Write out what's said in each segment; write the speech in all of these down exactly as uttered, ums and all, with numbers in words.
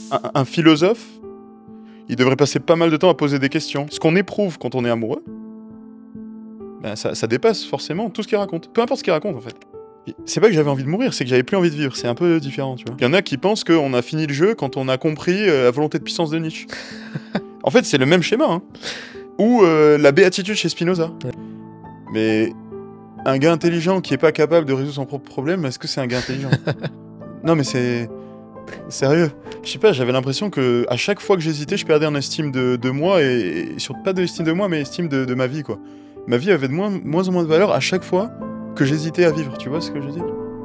Un, un philosophe, il devrait passer pas mal de temps à poser des questions. Ce qu'on éprouve quand on est amoureux, ben ça, ça dépasse forcément tout ce qu'il raconte. Peu importe ce qu'il raconte en fait. C'est pas que j'avais envie de mourir, c'est que j'avais plus envie de vivre. C'est un peu différent, tu vois. Il y en a qui pensent qu'on a fini le jeu quand on a compris euh, la volonté de puissance de Nietzsche. En fait, c'est le même schéma, hein. Ou euh, la béatitude chez Spinoza. Ouais. Mais un gars intelligent qui est pas capable de résoudre son propre problème, est-ce que c'est un gars intelligent? Non mais c'est... Sérieux. Je sais pas, j'avais l'impression que à chaque fois que j'hésitais, je perdais en estime de, de moi, et, et surtout pas de estime de moi, mais estime de, de ma vie, quoi. Ma vie avait de moins, moins en moins de valeur à chaque fois que j'hésitais à vivre, tu vois ce que je dis?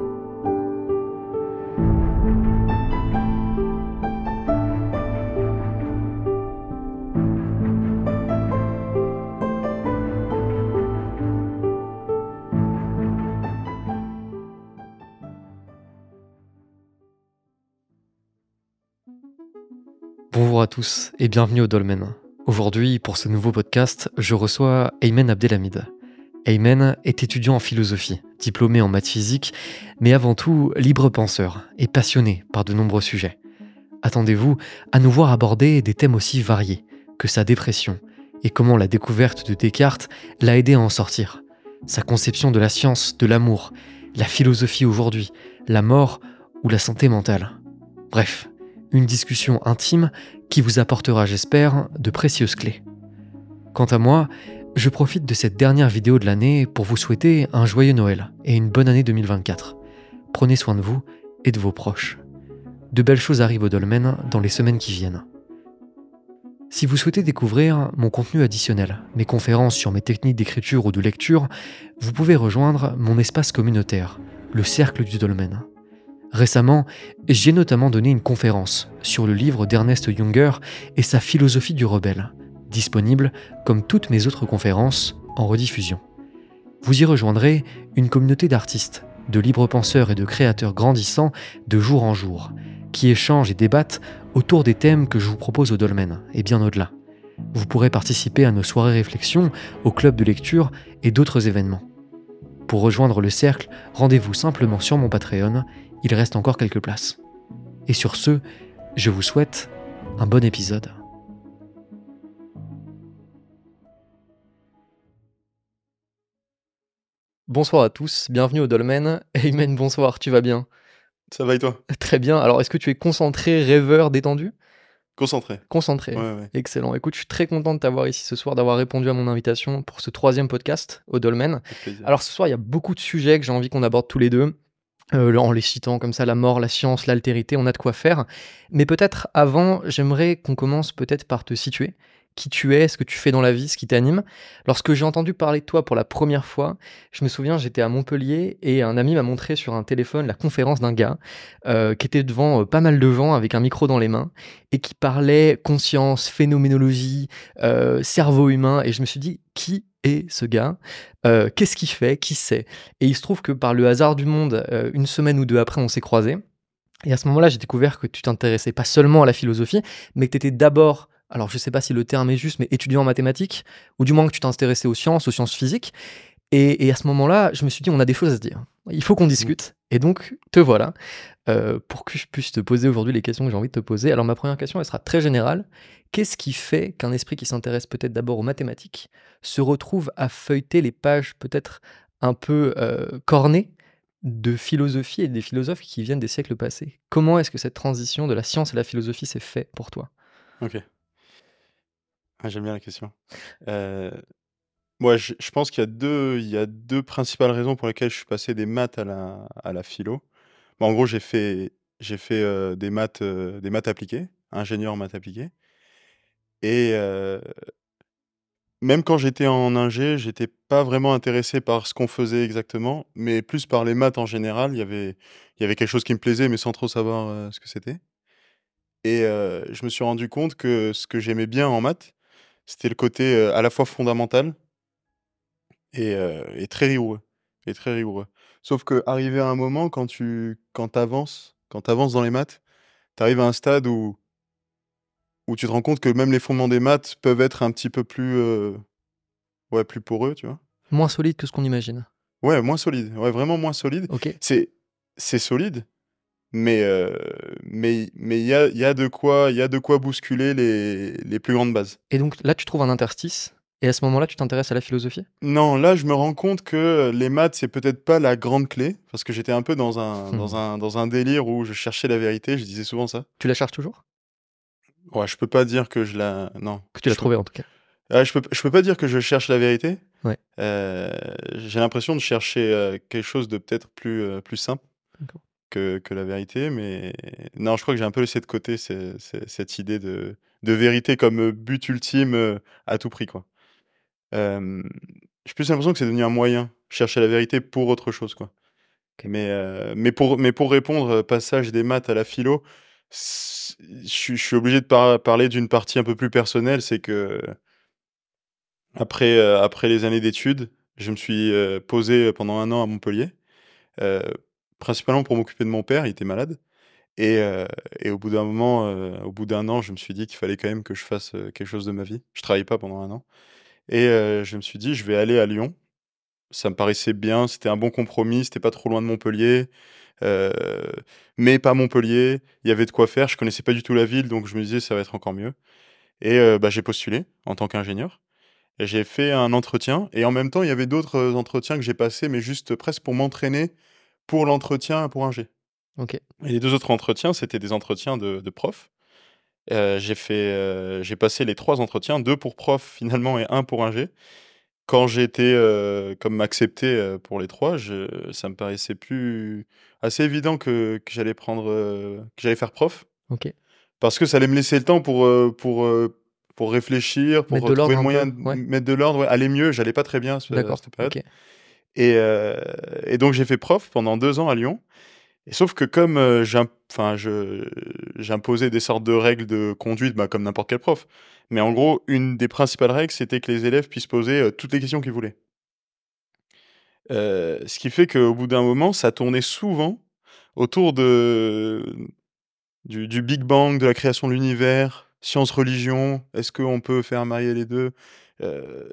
Bonjour à tous et bienvenue au Dolmen. Aujourd'hui, pour ce nouveau podcast, je reçois Aymen Abdelhamid. Aymen est étudiant en philosophie, diplômé en maths physique, mais avant tout libre penseur et passionné par de nombreux sujets. Attendez-vous à nous voir aborder des thèmes aussi variés que sa dépression et comment la découverte de Descartes l'a aidé à en sortir, sa conception de la science, de l'amour, la philosophie aujourd'hui, la mort ou la santé mentale. Bref, une discussion intime qui vous apportera, j'espère, de précieuses clés. Quant à moi, je profite de cette dernière vidéo de l'année pour vous souhaiter un joyeux Noël et une bonne année deux mille vingt-quatre. Prenez soin de vous et de vos proches. De belles choses arrivent au Dolmen dans les semaines qui viennent. Si vous souhaitez découvrir mon contenu additionnel, mes conférences sur mes techniques d'écriture ou de lecture, vous pouvez rejoindre mon espace communautaire, le Cercle du Dolmen. Récemment, j'ai notamment donné une conférence sur le livre d'Ernest Junger et sa philosophie du rebelle, disponible, comme toutes mes autres conférences, en rediffusion. Vous y rejoindrez une communauté d'artistes, de libres penseurs et de créateurs grandissants de jour en jour, qui échangent et débattent autour des thèmes que je vous propose au Dolmen, et bien au-delà. Vous pourrez participer à nos soirées réflexion, au club de lecture et d'autres événements. Pour rejoindre le cercle, rendez-vous simplement sur mon Patreon, il reste encore quelques places. Et sur ce, je vous souhaite un bon épisode. Bonsoir à tous, bienvenue au Dolmen. Aymen, bonsoir, tu vas bien? Ça va et toi? Très bien, alors est-ce que tu es concentré, rêveur, détendu? Concentré. Concentré, Ouais, ouais. excellent. Écoute, je suis très content de t'avoir ici ce soir, d'avoir répondu à mon invitation pour ce troisième podcast au Dolmen. Avec plaisir. Alors ce soir, il y a beaucoup de sujets que j'ai envie qu'on aborde tous les deux. Euh, en les citant comme ça, la mort, la science, l'altérité, on a de quoi faire. Mais peut-être avant, j'aimerais qu'on commence peut-être par te situer. Qui tu es, ce que tu fais dans la vie, ce qui t'anime. Lorsque j'ai entendu parler de toi pour la première fois, je me souviens, j'étais à Montpellier et un ami m'a montré sur un téléphone la conférence d'un gars euh, qui était devant euh, pas mal de gens avec un micro dans les mains et qui parlait conscience, phénoménologie, euh, cerveau humain. Et je me suis dit, qui est ce gars? Euh, Qu'est-ce qu'il fait? Qui c'est? Et il se trouve que par le hasard du monde, euh, une semaine ou deux après, on s'est croisés. Et à ce moment-là, j'ai découvert que tu t'intéressais pas seulement à la philosophie, mais que tu étais d'abord, alors je sais pas si le terme est juste, mais étudiant en mathématiques, ou du moins que tu t'intéressais aux sciences, aux sciences physiques. Et, et à ce moment-là, je me suis dit, on a des choses à se dire. Il faut qu'on discute. Et donc, te voilà, euh, pour que je puisse te poser aujourd'hui les questions que j'ai envie de te poser. Alors ma première question, elle sera très générale. Qu'est-ce qui fait qu'un esprit qui s'intéresse peut-être d'abord aux mathématiques se retrouve à feuilleter les pages peut-être un peu euh, cornées de philosophie et des philosophes qui viennent des siècles passés? Comment est-ce que cette transition de la science à la philosophie s'est faite pour toi? Ok. Ah, j'aime bien la question. Euh, moi, je, je pense qu'il y a deux, il y a deux principales raisons pour lesquelles je suis passé des maths à la, à la philo. Bon, en gros, j'ai fait, j'ai fait euh, des maths, euh, des maths appliquées, ingénieur en maths appliquées. Et euh, même quand j'étais en ingé, j'étais pas vraiment intéressé par ce qu'on faisait exactement, mais plus par les maths en général. Il y avait, il y avait quelque chose qui me plaisait, mais sans trop savoir euh, ce que c'était. Et euh, je me suis rendu compte que ce que j'aimais bien en maths, c'était le côté euh, à la fois fondamental et, euh, et très rigoureux. Et très rigoureux. Sauf que arrivé à un moment, quand tu quand t'avances, quand t'avances dans les maths, t'arrives à un stade où, où tu te rends compte que même les fondements des maths peuvent être un petit peu plus, euh, ouais, plus poreux, tu vois. Moins solide que ce qu'on imagine. Ouais, moins solide. Ouais, vraiment moins solide. Ok. C'est c'est solide, mais heu, mais mais il y a il y a de quoi il y a de quoi bousculer les les plus grandes bases. Et donc là, tu trouves un interstice et à ce moment-là, tu t'intéresses à la philosophie? Non, là, je me rends compte que les maths, c'est peut-être pas la grande clé, parce que j'étais un peu dans un dans Mmh. un dans un délire où je cherchais la vérité, je disais souvent ça. Tu la cherches toujours? Ouais, je peux pas dire que je la non, Que tu l'as je peux trouvée en tout cas? ah, je peux je peux pas dire que je cherche la vérité. Ouais, Heu, j'ai l'impression de chercher, heu, quelque chose de peut-être plus, heu, plus simple d'accord. que que la vérité, mais non, je crois que j'ai un peu laissé de côté ce ce cette idée de de vérité comme, heu, but ultime, heu, à tout prix, quoi. Hem, j'ai plus l'impression que c'est devenu un moyen, chercher la vérité pour autre chose, quoi. OK. Mais heu, mais pour mais pour répondre, heu, passage des maths à la philo, s je suis je suis obligé de par parler d'une partie un peu plus personnelle. C'est qu'après, heu, après les années d'études, je me suis, heu, posé pendant un an à Montpellier, heu, principalement pour m'occuper de mon père, il était malade et heu et au bout d'un moment, heu, au bout d'un an, je me suis dit qu'il fallait quand même que je fasse, heu, quelque chose de ma vie. Je travaillais pas pendant un an et heu, je me suis dit: «Je vais aller à Lyon». Ça me paraissait bien, c'était un bon compromis, c'était pas trop loin de Montpellier. Heu, mais pas Montpellier. Il y avait de quoi faire. Je connaissais pas du tout la ville, donc je me disais: «Ça va être encore mieux» et heu, bah, j'ai postulé en tant qu'ingénieur et j'ai fait un entretien et en même temps, il y avait d'autres, heu, entretiens que j'ai passés, mais juste presque pour m'entraîner pour l'entretien pour ingé OK. et les deux autres entretiens, c'était des entretiens de de profs. Heu, j'ai fait, heu, j'ai passé les trois entretiens, deux pour prof finalement et un pour ingé. Quand j'ai été, heu, comme accepté, heu, pour les trois, je ça me paraissait plus assez évident que que j'allais prendre, heu, que j'allais faire prof. OK. Parce que ça allait me laisser le temps pour, heu, pour, heu, pour réfléchir, Mettre pour, de heu, trouver l'ordre le un peu? moyen de Ouais, mettre de l'ordre, ouais, aller mieux. J'allais pas très bien à ce à d'accord, cette période OK. et heu et donc j'ai fait prof pendant deux ans à Lyon et sauf que comme, heu, j'im enfin je j'imposais des sortes de règles de conduite, bah, comme n'importe quel prof. Mais en gros, une des principales règles, c'était que les élèves puissent poser, heu, toutes les questions qu'ils voulaient. Heu, ce qui fait qu'au bout d'un moment, ça tournait souvent autour de du du Big Bang, de la création de l'univers, science, religion, est-ce qu'on peut faire marier les deux? Heu,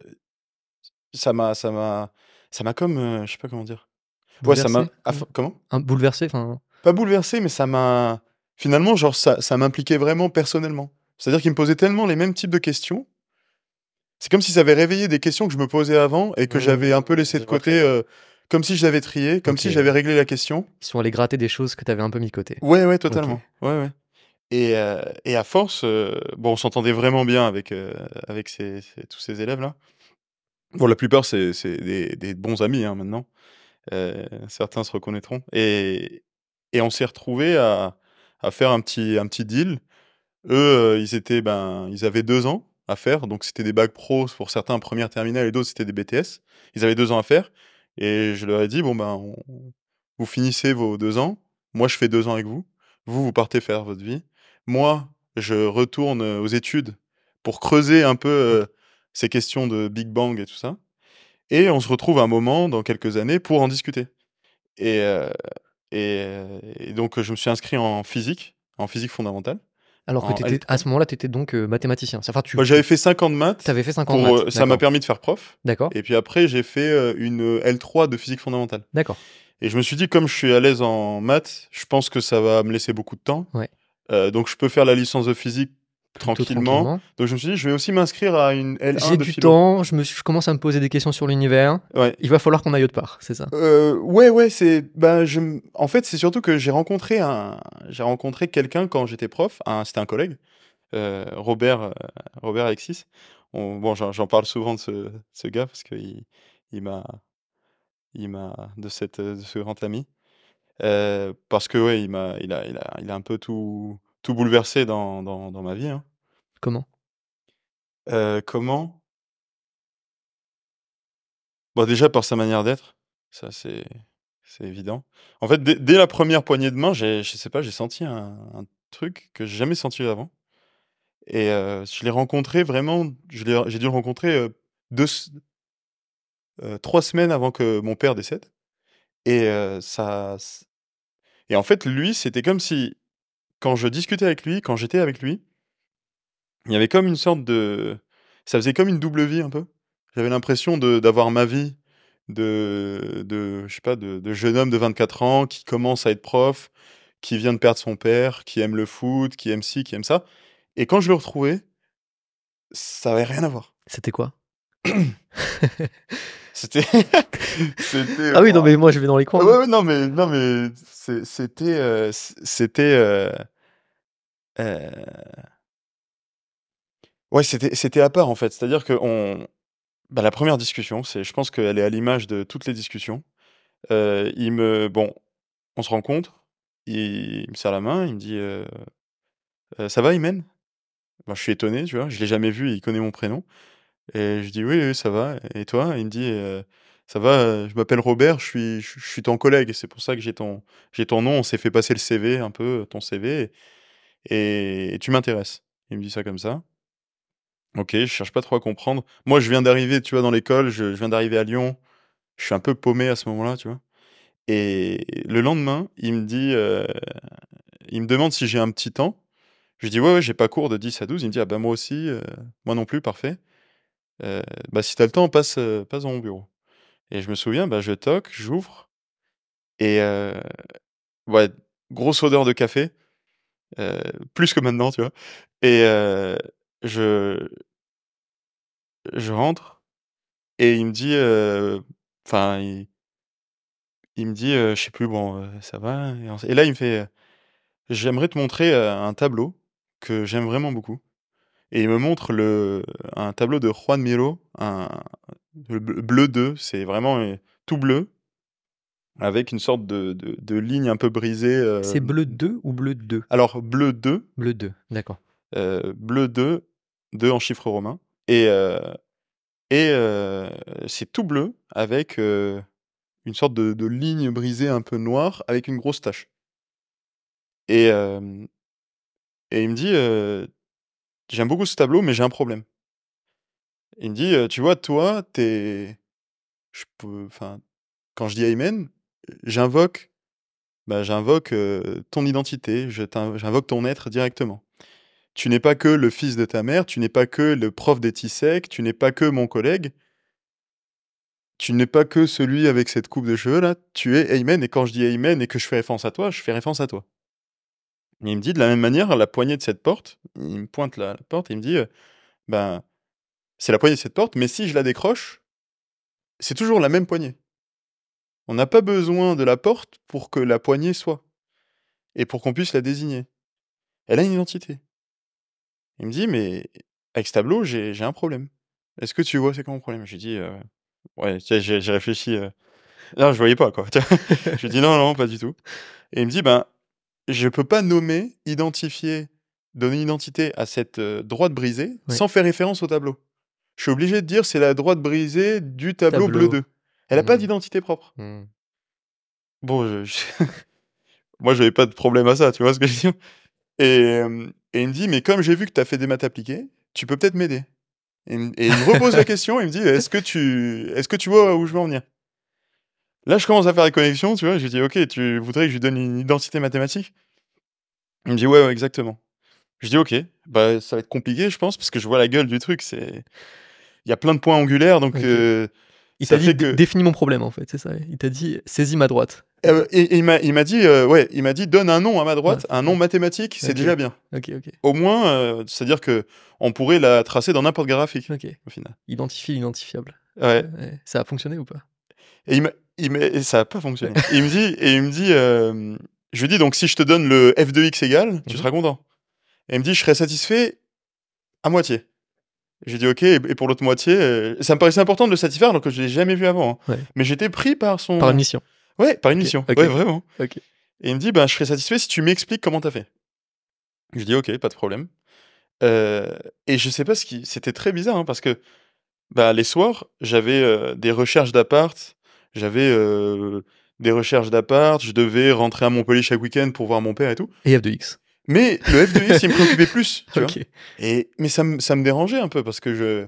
ça m'a ça m'a ça m'a comme, heu, je sais pas comment dire? Ouais, ça m'a Bouleversé? à Ouais. f comment? Un bouleversé, enfin, Pas bouleversé, mais ça m'a finalement, genre, ça ça m'impliquait vraiment personnellement. C'est-à-dire qu'il me posait tellement les mêmes types de questions, c'est comme si ça avait réveillé des questions que je me posais avant et que j'avais un peu mmh, laissé je de vois très côté, bien. heu, comme si je l'avais trié, comme OK. si j'avais Ils réglé la question. sont allés gratter des choses que tu avais un peu mis de côté. Ouais, ouais, OK. totalement. Ouais, ouais. Et heu et à force, heu, bon, on s'entendait vraiment bien avec, heu, avec ces ces tous ces élèves-là. Bon, la plupart, c'est c'est des des bons amis, hein, maintenant. Heu, certains se reconnaîtront et et on s'est retrouvés à à faire un petit un petit deal. Eux, heu, ils étaient, ben, ils avaient deux ans à faire, donc c'était des bacs pro pour certains, première terminale et d'autres, c'était des B T S. Ils avaient deux ans à faire et je leur ai dit: «Bon, ben, on vous finissez vos deux ans, moi je fais deux ans avec vous. Vous, vous partez faire votre vie. Moi, je retourne, heu, aux études pour creuser un peu, OK. heu, ces questions de Big Bang et tout ça et on se retrouve un moment dans quelques années pour en discuter» et heu et heu et donc je me suis inscrit en physique, en physique fondamentale, Alors que en tu étais L à trois. ce moment-là, tu étais donc, heu, mathématicien? C'est enfin tu Bah, j'avais fait cinq ans de tu maths avais fait cinq ans de pour, maths? heu, ça m'a D'accord. permis de faire prof D'accord. et puis après j'ai fait, heu, une, heu, L trois de physique fondamentale D'accord. et je me suis dit: «Comme je suis à l'aise en maths, je pense que ça va me laisser beaucoup de temps, Ouais. heu, donc je peux faire la licence de physique Plutôt tranquillement». tranquillement. Donc je me suis dit: «Je vais aussi m'inscrire à une L un J'ai de du philo». temps, je me suis je commence à me poser des questions sur l'univers. Ouais, Il va falloir qu'on aille autre part, c'est ça? heu, ouais, ouais, c'est bah, je m en fait, c'est surtout que j'ai rencontré un j'ai rencontré quelqu'un quand j'étais prof, un c'était un collègue, heu, Robert, heu, Robert Alexis. On bon, j'en j'en parle souvent de ce ce gars parce qu'il il m'a il m'a de cette, de ce grand ami. Heu, parce que ouais, il m'a il a il a il a un peu tout tout bouleversé dans dans dans ma vie, hein. Comment? Heu, comment? Bah, déjà par sa manière d'être, ça c'est c'est évident. En fait, dès dès la première poignée de main, j'ai je sais pas, j'ai senti un un truc que j'ai jamais senti avant et heu, je l'ai rencontré vraiment, je l'ai j'ai dû le rencontrer, heu, deux s heu, trois semaines avant que mon père décède et heu, ça s et en fait, lui, c'était comme si quand je discutais avec lui, quand j'étais avec lui, il y avait comme une sorte de ça faisait comme une double vie un peu. J'avais l'impression de d'avoir ma vie de de je sais pas, de de jeune homme de vingt-quatre ans qui commence à être prof, qui vient de perdre son père, qui aime le foot, qui aime ci, qui aime ça et quand je le retrouvais ça avait rien à voir. C'était quoi? C'était c'était Ah oui, non, waouh! mais moi, je vais dans les coins, Ouais, là. ouais, non, mais non, mais c'est c'était, heu, c c'était, heu heu ouais, c'était c'était à part, en fait. C'est-à-dire qu'on bah, la première discussion, c'est je pense qu'elle est à l'image de toutes les discussions. Heu, il me bon, on se rencontre, il me serre la main, il me dit, heu: «Heu, ça va Aymen?» Moi, je suis étonné, tu vois? Je l'ai jamais vu, il connaît mon prénom et je dis: «Oui, oui, ça va et toi?» Il me dit, heu: «Ça va, heu, je m'appelle Robert, je suis je je suis ton collègue et c'est pour ça que j'ai ton j'ai ton nom, on s'est fait passer le C V un peu, ton C V et et tu m'intéresses». Il me dit ça comme ça. OK, je cherche pas trop à comprendre. Moi, je viens d'arriver, tu vois, dans l'école, je je viens d'arriver à Lyon, je suis un peu paumé à ce moment-là, tu vois? Et le lendemain, il me dit, heu, il me demande si j'ai un petit temps. Je lui dis: «Ouais, ouais, j'ai pas cours de dix à douze». Il me dit: «Ah bah, moi aussi, heu, moi non plus, parfait. Heu, bah, si tu as le temps, passe, heu, passe dans mon bureau» et je me souviens, bah, je toque, j'ouvre et heu, ouais, grosse odeur de café, heu, plus que maintenant, tu vois? Et heu, je je rentre et il me dit, heu, enfin, il il me dit, heu, je sais plus, bon, heu: «Ça va?» et enc et là, il me fait, heu: «J'aimerais te montrer, heu, un tableau que j'aime vraiment beaucoup» et il me montre le un tableau de Juan Miró, un le bleu bleu deux, c'est vraiment, heu, tout bleu avec une sorte de de de ligne un peu brisée, C'est hem, bleu deux ou bleu deux? alors bleu deux, Bleu deux, d'accord. heu, bleu deux, deux en chiffres romains et heu et heu, c'est tout bleu avec, heu, une sorte de de ligne brisée un peu noire avec une grosse tache et hem et il me dit, heu: «J'aime beaucoup ce tableau, mais j'ai un problème». Il me dit, heu: «Tu vois, toi, tu es» je peux enfin, quand je dis Amen, j'invoque, bah, j'invoque, heu, ton identité, je t'in j'invoque ton être directement. Tu n'es pas que le fils de ta mère, tu n'es pas que le prof d'EtiSec, tu n'es pas que mon collègue tu n'es pas que celui avec cette coupe de cheveux là, tu es Amen et quand je dis Amen et que je fais référence à toi, je fais référence à toi. Et il me dit: «De la même manière, la poignée de cette porte», il me pointe la la porte et il me dit, heu: «Ben, c'est la poignée de cette porte, mais si je la décroche, c'est toujours la même poignée. On n'a pas besoin de la porte pour que la poignée soit et pour qu'on puisse la désigner. Elle a une identité». Il me dit: «Mais avec ce tableau, j'ai j'ai un problème. Est-ce que tu vois c'est quoi mon problème?» Je lui dis, heu, ouais, tu sais, j'ai j'ai réfléchi, heu, non, je voyais pas, quoi, tu vois? Je lui dis: «Non, non, pas du tout» et il me dit: «Ben, je peux pas nommer, identifier, donner une identité à cette, heu, droite brisée Oui. sans faire référence au tableau. Je suis obligé de dire: "C'est la droite brisée du tableau bleu Tableau. deux". Elle a pas Mmh. d'identité propre». Mmh. Bon, je je moi, j'avais pas de problème à ça, tu vois ce que je veux dire? Et hem et il me dit: «Mais comme j'ai vu que tu as fait des maths appliquées, tu peux peut-être m'aider». Et il me et il me repose la question, il me dit: «Est-ce que tu est-ce que tu vois où je veux en venir?» Là, je commence à faire les connexions, tu vois? Je lui dis: «OK, tu voudrais que je lui donne une identité mathématique?» Il me dit: «Ouais, ouais, exactement». Je dis: «OK, bah, ça va être compliqué, je pense, parce que je vois la gueule du truc, c'est il y a plein de points angulaires, donc OK. heu, Il t'a ça dit: fait «Dé que» définis mon problème», en fait, c'est ça? Il t'a dit: «Saisis ma droite». heu et et il m'a il m'a dit, heu, ouais, il m'a dit: «Donne un nom à ma Ouais, droite, un nom ouais. mathématique, c'est OK. déjà bien». OK, OK. Au moins, heu, c'est-à-dire qu'on pourrait la tracer dans n'importe quel graphique, OK. au final. Identifie l'identifiable. Ouais. Ouais. Ça a fonctionné ou pas? Et il m'a il m'a et ça a pas fonctionné. Et il me dit et il me dit, hem, je lui dis: «Donc si je te donne le f de x égale, tu Mmh mh. seras content?» Et il me dit: «Je serais satisfait à moitié». J'ai dit: «OK et et pour l'autre moitié?» Heu, ça me paraissait important de le satisfaire alors que je l'ai jamais vu avant, hein. Ouais. Mais j'étais pris par Par une son mission. ouais, par une OK, mission. OK, Ouais, OK. vraiment. OK. Et il me dit: «Ben, je serais satisfait si tu m'expliques comment tu as fait». Je dis: «OK, pas de problème». Heu et je sais pas ce qui c'était très bizarre, hein, parce que, bah, les soirs, j'avais, heu, des recherches d'appart, j'avais, heu, des recherches d'appart, je devais rentrer à Montpellier chaque week-end pour voir mon père et tout. Et f de x. Mais le f de x, il me préoccupait plus, tu vois? OK. Et mais ça me ça me dérangeait un peu parce que je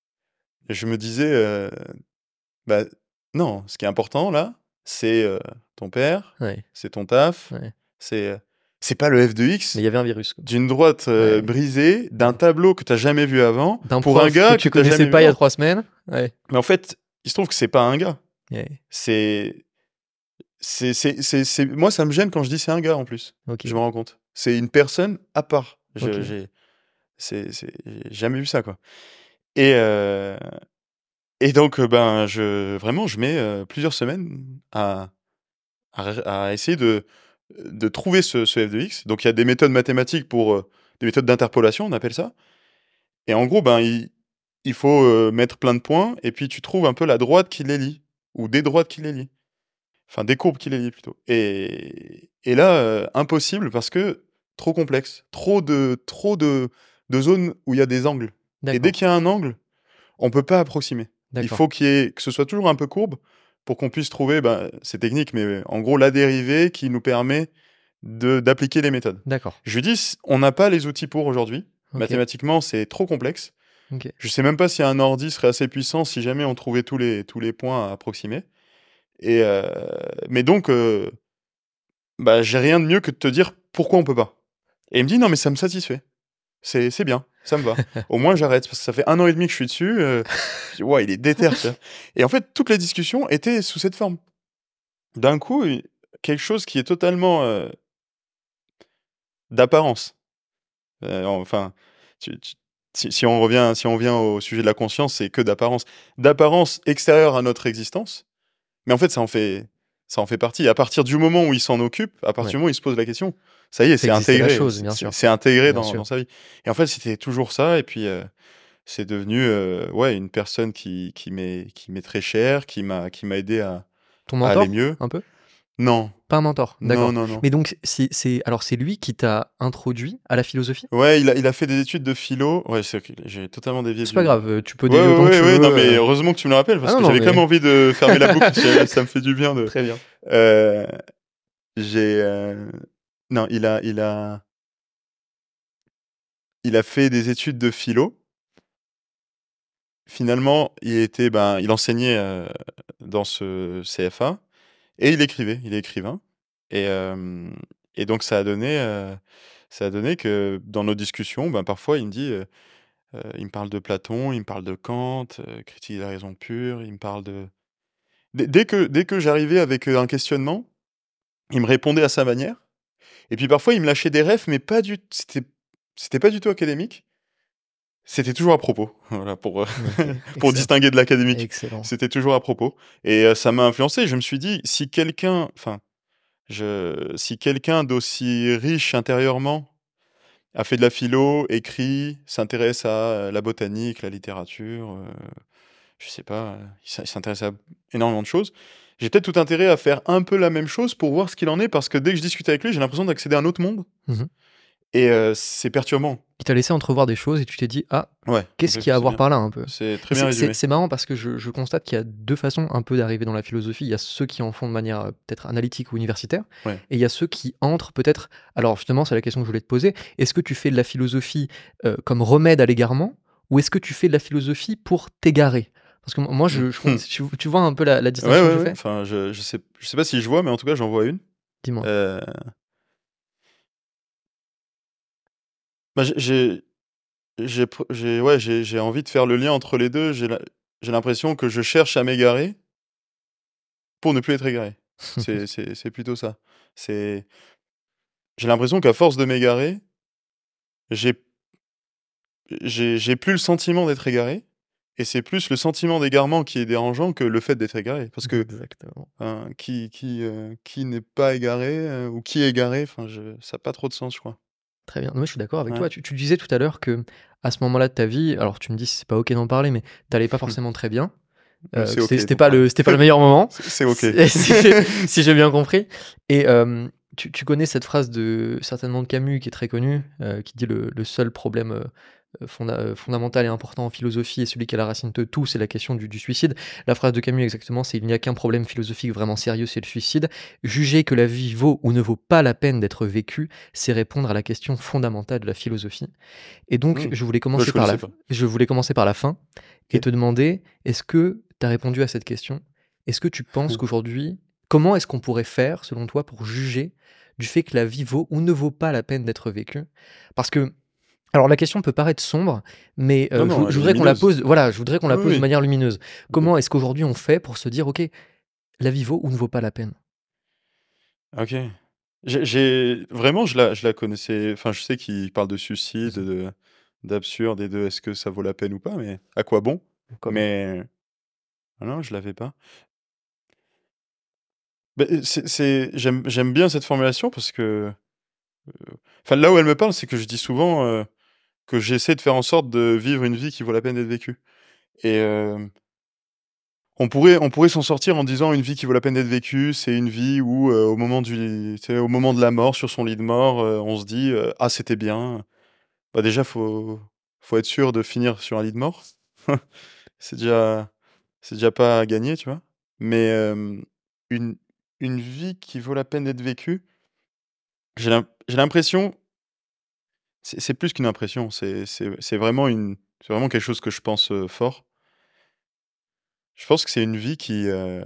je me disais, heu: «Bah, non, ce qui est important là, c'est, heu, ton père, Ouais. c'est ton taf, Ouais. c'est, heu, c'est pas le f de Mais x il y avait un virus, quoi. d'une droite, heu, Ouais. brisée, d'un Ouais. tableau que tu as jamais vu avant, D'un pour un prof que gars que tu tu as connaissais jamais vu pas il y a avant». trois semaines. Ouais. Mais en fait, il se trouve que c'est pas un gars, Ouais. c'est C'est c'est c'est c'est moi, ça me gêne quand je dis: «C'est un gars» en plus. Je OK. me rends compte. C'est une personne à part. Je OK. j'ai c'est c'est j'ai jamais vu ça, quoi et heu et donc heu, ben, je vraiment, je mets, heu, plusieurs semaines à à ré à essayer de de trouver ce ce f de x. Donc il y a des méthodes mathématiques pour, heu, des méthodes d'interpolation, on appelle ça et en gros, ben, il il faut, heu, mettre plein de points et puis tu trouves un peu la droite qui les lie ou des droites qui les lient. Enfin, des courbes qui les lient plutôt et et là, heu, impossible parce que trop complexe, trop de trop de de zones où il y a des angles et dès D'accord, qu'il y a un angle, on peut pas approximer. Il d'accord, faut qu'il y ait que ce soit toujours un peu courbe pour qu'on puisse trouver, bah, c'est technique, mais en gros, la dérivée qui nous permet de d'appliquer les méthodes. d'accord. Je lui dis: «C On n'a pas les outils pour aujourd'hui. OK, Mathématiquement, c'est trop complexe. OK. Je sais même pas si un ordi serait assez puissant si jamais on trouvait tous les tous les points à approximer» et heu, mais donc heu bah, j'ai rien de mieux que de te dire pourquoi on peut pas. Et il me dit: «Non mais ça me satisfait. C'est c'est bien, ça me va. Au moins j'arrête parce que ça fait un an et demi que je suis dessus, heu». Je dis: «Waouh, il est déter», tu vois? Et en fait, toutes les discussions étaient sous cette forme. D'un coup, i quelque chose qui est totalement, heu, d'apparence. Heu, enfin, tu tu si si on revient si on revient au sujet de la conscience, c'est que d'apparence. D'apparence extérieure à notre existence, mais en fait, ça en fait ça en fait partie. À partir du moment où il s'en occupe, à partir Ouais. du moment où il se pose la question, ça y est, Fait c'est exister la intégré, chose, c'est bien c'est sûr, c'est intégré bien dans dans sûr. sa vie et en fait, c'était toujours ça et puis, heu, c'est devenu, heu, ouais, une personne qui qui m'est qui m'est très chère, qui m'a qui m'a aidé à Ton à aller mentor, mieux. un peu? Non, Pas un mentor, non, d'accord. non, non. Mais donc c'est c'est alors c'est lui qui t'a introduit à la philosophie? Ouais, il a il a fait des études de philo. Ouais, c'est OK, j'ai totalement dévié C'est pas du grave, heu, tu peux ouais, dévier ouais, autant que ouais, tu ouais, non, veux, mais heu heureusement que tu me le rappelles ah parce non, que non, j'avais quand même mais envie de fermer la boucle. Ça ça me fait du bien de très bien. heu, j'ai, heu non, il a il a il a fait des études de philo. Finalement, il était, ben, il enseignait, heu, dans ce C F A et il écrivait, il est écrivain et hem et donc ça a donné, heu, ça a donné que dans nos discussions, ben, parfois il me dit, heu heu, il me parle de Platon, il me parle de Kant, heu, Critique de la raison pure, il me parle de dès dès que dès que j'arrivais avec, heu, un questionnement, il me répondait à sa manière et puis parfois il me lâchait des refs mais pas du c'était c'était pas du tout académique. C'était toujours à propos, voilà, pour, heu, OK, pour excellent, distinguer de l'académique. excellent. C'était toujours à propos et heu, ça m'a influencé. Je me suis dit: «Si quelqu'un» enfin, je si quelqu'un d'aussi riche intérieurement a fait de la philo, écrit, s'intéresse à, heu, la botanique, la littérature, heu, je sais pas, heu, il s'in il s'intéresse à énormément de choses. J'ai peut-être tout intérêt à faire un peu la même chose pour voir ce qu'il en est parce que dès que je discute avec lui, j'ai l'impression d'accéder à un autre monde Mmh. et heu, c'est perturbant. Il t'a laissé entrevoir des choses et tu t'es dit: «Ah, Ouais, qu'est-ce qu'il y exact, a à c'est voir bien. par là un peu?» C'est très Et bien c'est c'est résumé. c'est marrant parce que je je constate qu'il y a deux façons un peu d'arriver dans la philosophie. Il y a ceux qui en font de manière, heu, peut-être analytique ou universitaire Ouais. et il y a ceux qui entrent peut-être alors justement, c'est la question que je voulais te poser. Est-ce que tu fais de la philosophie, heu, comme remède à l'égarement ou est-ce que tu fais de la philosophie pour t'égarer? Parce que m moi je je con Mmh. tu tu vois un peu la la Ouais, distinction que ouais, je ouais, fais? enfin, je je sais je sais pas si je vois, mais en tout cas, j'en vois une. Dis-moi. Heu, bah, j'ai j'ai j'ai pr j'ai ouais, j'ai j'ai envie de faire le lien entre les deux. J'ai la j'ai l'impression que je cherche à m'égarer pour ne plus être égaré. C'est c'est c'est plutôt ça. C'est j'ai l'impression qu'à force de m'égarer, j'ai j'ai j'ai plus le sentiment d'être égaré et c'est plus le sentiment d'égarement qui est dérangeant que le fait d'être égaré. Parce que, Exactement. enfin, qui qui, heu, qui n'est pas égaré, heu, ou qui est égaré? Enfin, je ça a pas trop de sens, je crois. Très bien. Non, mais je suis d'accord avec Ouais. toi. Tu tu disais tout à l'heure que à ce moment-là de ta vie, alors tu me dis si c'est pas OK d'en parler, mais tu allais pas forcément très bien, Mmh, heu, c'est que c'était OK c'était d'en pas parler. le c'était pas le meilleur moment, C'est c'est OK. si si j'ai si j'ai bien compris et hem, tu tu connais cette phrase de certainement de Camus qui est très connue, heu, qui dit: «Le le seul problème, heu heu, fonda heu, fondamental et important en philosophie et celui qui est à la racine de tout, c'est la question du du suicide». La phrase de Camus exactement, c'est: «Il n'y a qu'un problème philosophique vraiment sérieux, c'est le suicide. Juger que la vie vaut ou ne vaut pas la peine d'être vécue, c'est répondre à la question fondamentale de la philosophie». Et donc, Mmh. je voulais Bah, je commencer par la connaissais f pas. je voulais commencer par la fin et OK. te demander, est-ce que tu as répondu à cette question? Est-ce que tu penses qu'aujourd'hui comment est-ce qu'on pourrait faire, selon toi, pour juger du fait que la vie vaut ou ne vaut pas la peine d'être vécue? Parce que alors la question peut paraître sombre, mais Non, heu, je vou non, elle je est voudrais qu'on la lumineuse. pose voilà, je voudrais qu'on la Oui, pose de oui. manière lumineuse. OK. Comment est-ce qu'aujourd'hui on fait pour se dire: «OK, la vie vaut ou ne vaut pas la peine»? OK. J'ai j'ai vraiment je la je la connaissais enfin, je sais qu'il parle de Mmh suicide, mh. de d'absurde et de est-ce que ça vaut la peine ou pas, mais à quoi bon? Comme Mais ah non, je l'avais pas. Beh, heu, c'est c'est j'aime j'aime bien cette formulation parce que, heu, enfin, là où elle me parle, c'est que je dis souvent, heu, que j'essaie de faire en sorte de vivre une vie qui vaut la peine d'être vécue et hem, on pourrait on pourrait s'en sortir en disant: «Une vie qui vaut la peine d'être vécue, c'est une vie où, heu, au moment du tu sais, au moment de la mort, sur son lit de mort, heu, on se dit, heu: "Ah, c'était bien"». Bah, déjà, faut faut être sûr de finir sur un lit de mort. C'est déjà c'est déjà pas gagné, tu vois? Mais, hem, une une vie qui vaut la peine d'être vécue, j'ai l'im j'ai l'impression c'est c'est plus qu'une impression, c'est c'est c'est vraiment une c'est vraiment quelque chose que je pense, heu, fort. Je pense que c'est une vie qui, heu,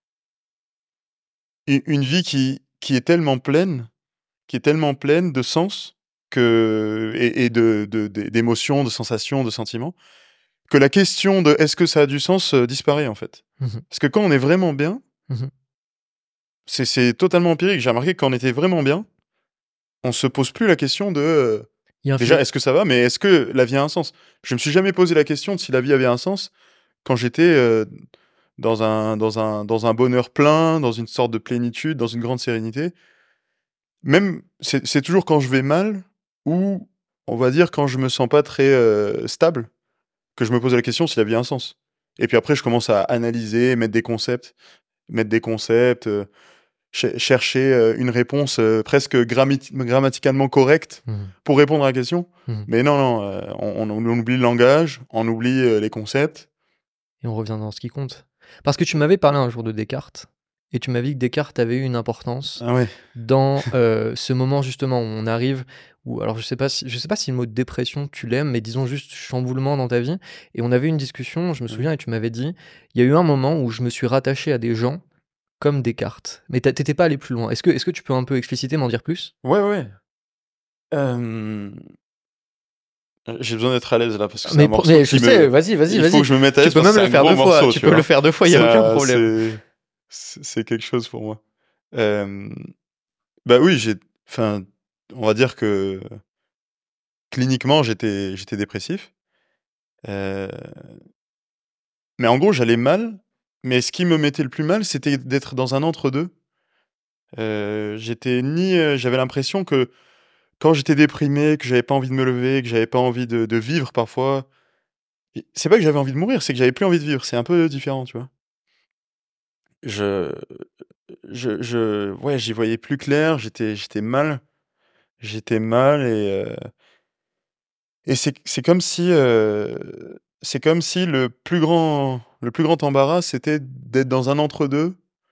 u une vie qui qui est tellement pleine qui est tellement pleine de sens que et et de de d'é d'émotions, de sensations, de sentiments, que la question de: «Est-ce que ça a du sens?» heu, disparaît, en fait. Mmh mh. Parce que quand on est vraiment bien, Mmh mh. c'est c'est totalement empirique. J'ai remarqué que quand on était vraiment bien, on se pose plus la question de, heu, Il y a un déjà: philo «Est-ce que ça va?» mais «Est-ce que la vie a un sens?» Je me suis jamais posé la question de si la vie avait un sens quand j'étais, heu, dans un dans un dans un bonheur plein, dans une sorte de plénitude, dans une grande sérénité. Même c'est c'est toujours quand je vais mal ou on va dire quand je me sens pas très, heu, stable, que je me pose la question si la vie a un sens. Et puis après je commence à analyser, mettre des concepts mettre des concepts, heu, cher chercher, heu, une réponse, heu, presque grammiti grammaticalement correcte Mmh mh. pour répondre à la question. Mmh mh. Mais non, non, heu, on on on oublie le langage, on oublie, heu, les concepts. Et on revient dans ce qui compte. Parce que tu m'avais parlé un jour de Descartes et tu m'avais dit que Descartes avait eu une importance Ah ouais. dans, heu, ce moment justement où on arrive où alors je sais pas si je sais pas si le mot dépression tu l'aimes, mais disons juste chamboulement dans ta vie et on avait une discussion, je me Ouais. souviens et tu m'avais dit: «Il y a eu un moment où je me suis rattaché à des gens comme Descartes». Mais tu as pas allé plus loin. Est-ce que est-ce que tu peux un peu expliciter, m'en dire plus? Ouais, ouais. Hem, heu, j'ai besoin d'être à l'aise là parce que c'est un Mais pro morceau mais je qui sais, me vas-y, vas-y, il faut vas-y. que je me mette à Tu l'aise peux parce que même c'est le un faire gros deux fois, morceau, tu tu peux le vois? faire deux fois, il y a aucun Ça problème. c'est c'est c'est quelque chose pour moi. Hem, bah, oui, j'ai enfin, on va dire que cliniquement j'étais j'étais dépressif, heu, mais en gros j'allais mal, mais ce qui me mettait le plus mal, c'était d'être dans un entre-deux. Heu, j'étais ni, heu j'avais l'impression que quand j'étais déprimé, que j'avais pas envie de me lever, que j'avais pas envie de de vivre parfois, et c'est pas que j'avais envie de mourir, c'est que j'avais plus envie de vivre, c'est un peu différent, tu vois? Je je je ouais, j'y voyais plus clair, j'étais j'étais mal j'étais mal et heu et c'est c'est comme si, heu, c'est comme si le plus grand le plus grand embarras, c'était d'être dans un entre-deux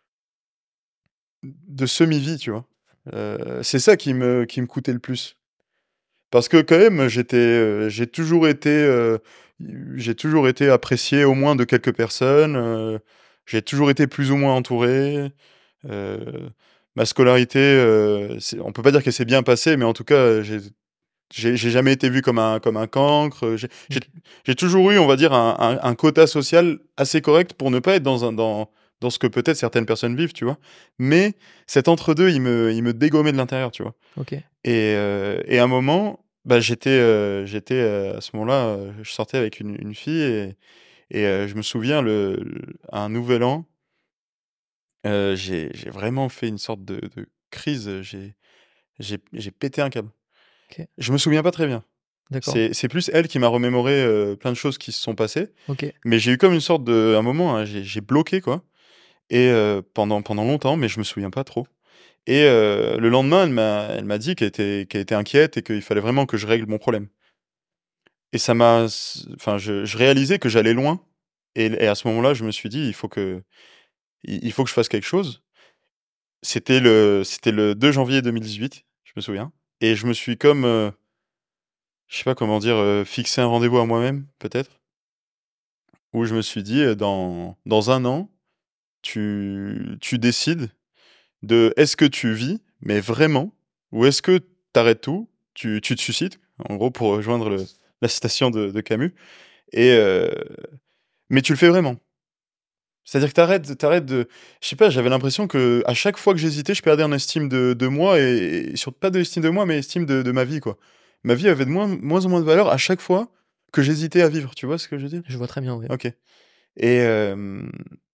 de semi-vie, tu vois? Heu, c'est ça qui me qui me coûtait le plus. Parce que quand même, j'étais, heu, j'ai toujours été, heu, j'ai toujours été apprécié au moins de quelques personnes, heu, j'ai toujours été plus ou moins entouré, heu, ma scolarité, heu, c'est on peut pas dire qu'elle s'est bien passée, mais en tout cas, j'ai j'ai j'ai jamais été vu comme un comme un cancre, heu, j'ai j'ai OK. j'ai toujours eu, on va dire, un un un quota social assez correct pour ne pas être dans un dans dans ce que peut-être certaines personnes vivent, tu vois? Mais cet entre-deux, il me il me dégommait de l'intérieur, tu vois? OK. Et heu et à un moment, bah, j'étais, heu j'étais, heu, à ce moment-là, heu, je sortais avec une une fille et et heu, je me souviens le l à un nouvel an, heu, j'ai j'ai vraiment fait une sorte de de crise, heu, j'ai j'ai j'ai pété un câble. OK. Je me souviens pas très bien. D'accord. C'est c'est plus elle qui m'a remémoré, heu, plein de choses qui se sont passées, OK. mais j'ai eu comme une sorte de un moment, hein, j'ai j'ai bloqué quoi et heu, pendant pendant longtemps, mais je me souviens pas trop et heu, le lendemain, elle m'a elle m'a dit qu'elle était qu'elle était inquiète et qu'il fallait vraiment que je règle mon problème. Et ça m'a s enfin, je je réalisais que j'allais loin et l et à ce moment-là, je me suis dit: «Il faut que il il faut que je fasse quelque chose». C'était le c'était le deux janvier deux mille dix-huit, je me souviens et je me suis comme, heu, je sais pas comment dire, heu, fixé un rendez-vous à moi-même, peut-être, où je me suis dit, heu: «Dans dans un an, tu tu décides de est-ce que tu vis, mais vraiment, ou est-ce que tu arrêtes tout, tu tu te suicides?» En gros, pour rejoindre le la citation de de Camus et heu, mais tu le fais vraiment. C'est-à-dire que t'arrêtes, t'arrêtes de je sais pas, j'avais l'impression que à chaque fois que j'hésitais, je perdais en estime de de moi et et sur pas de estime de moi, mais estime de de ma vie, quoi. Ma vie avait de moins moins en moins de valeur à chaque fois que j'hésitais à vivre, tu vois ce que je veux dire? Je vois très bien, oui. OK. Et hem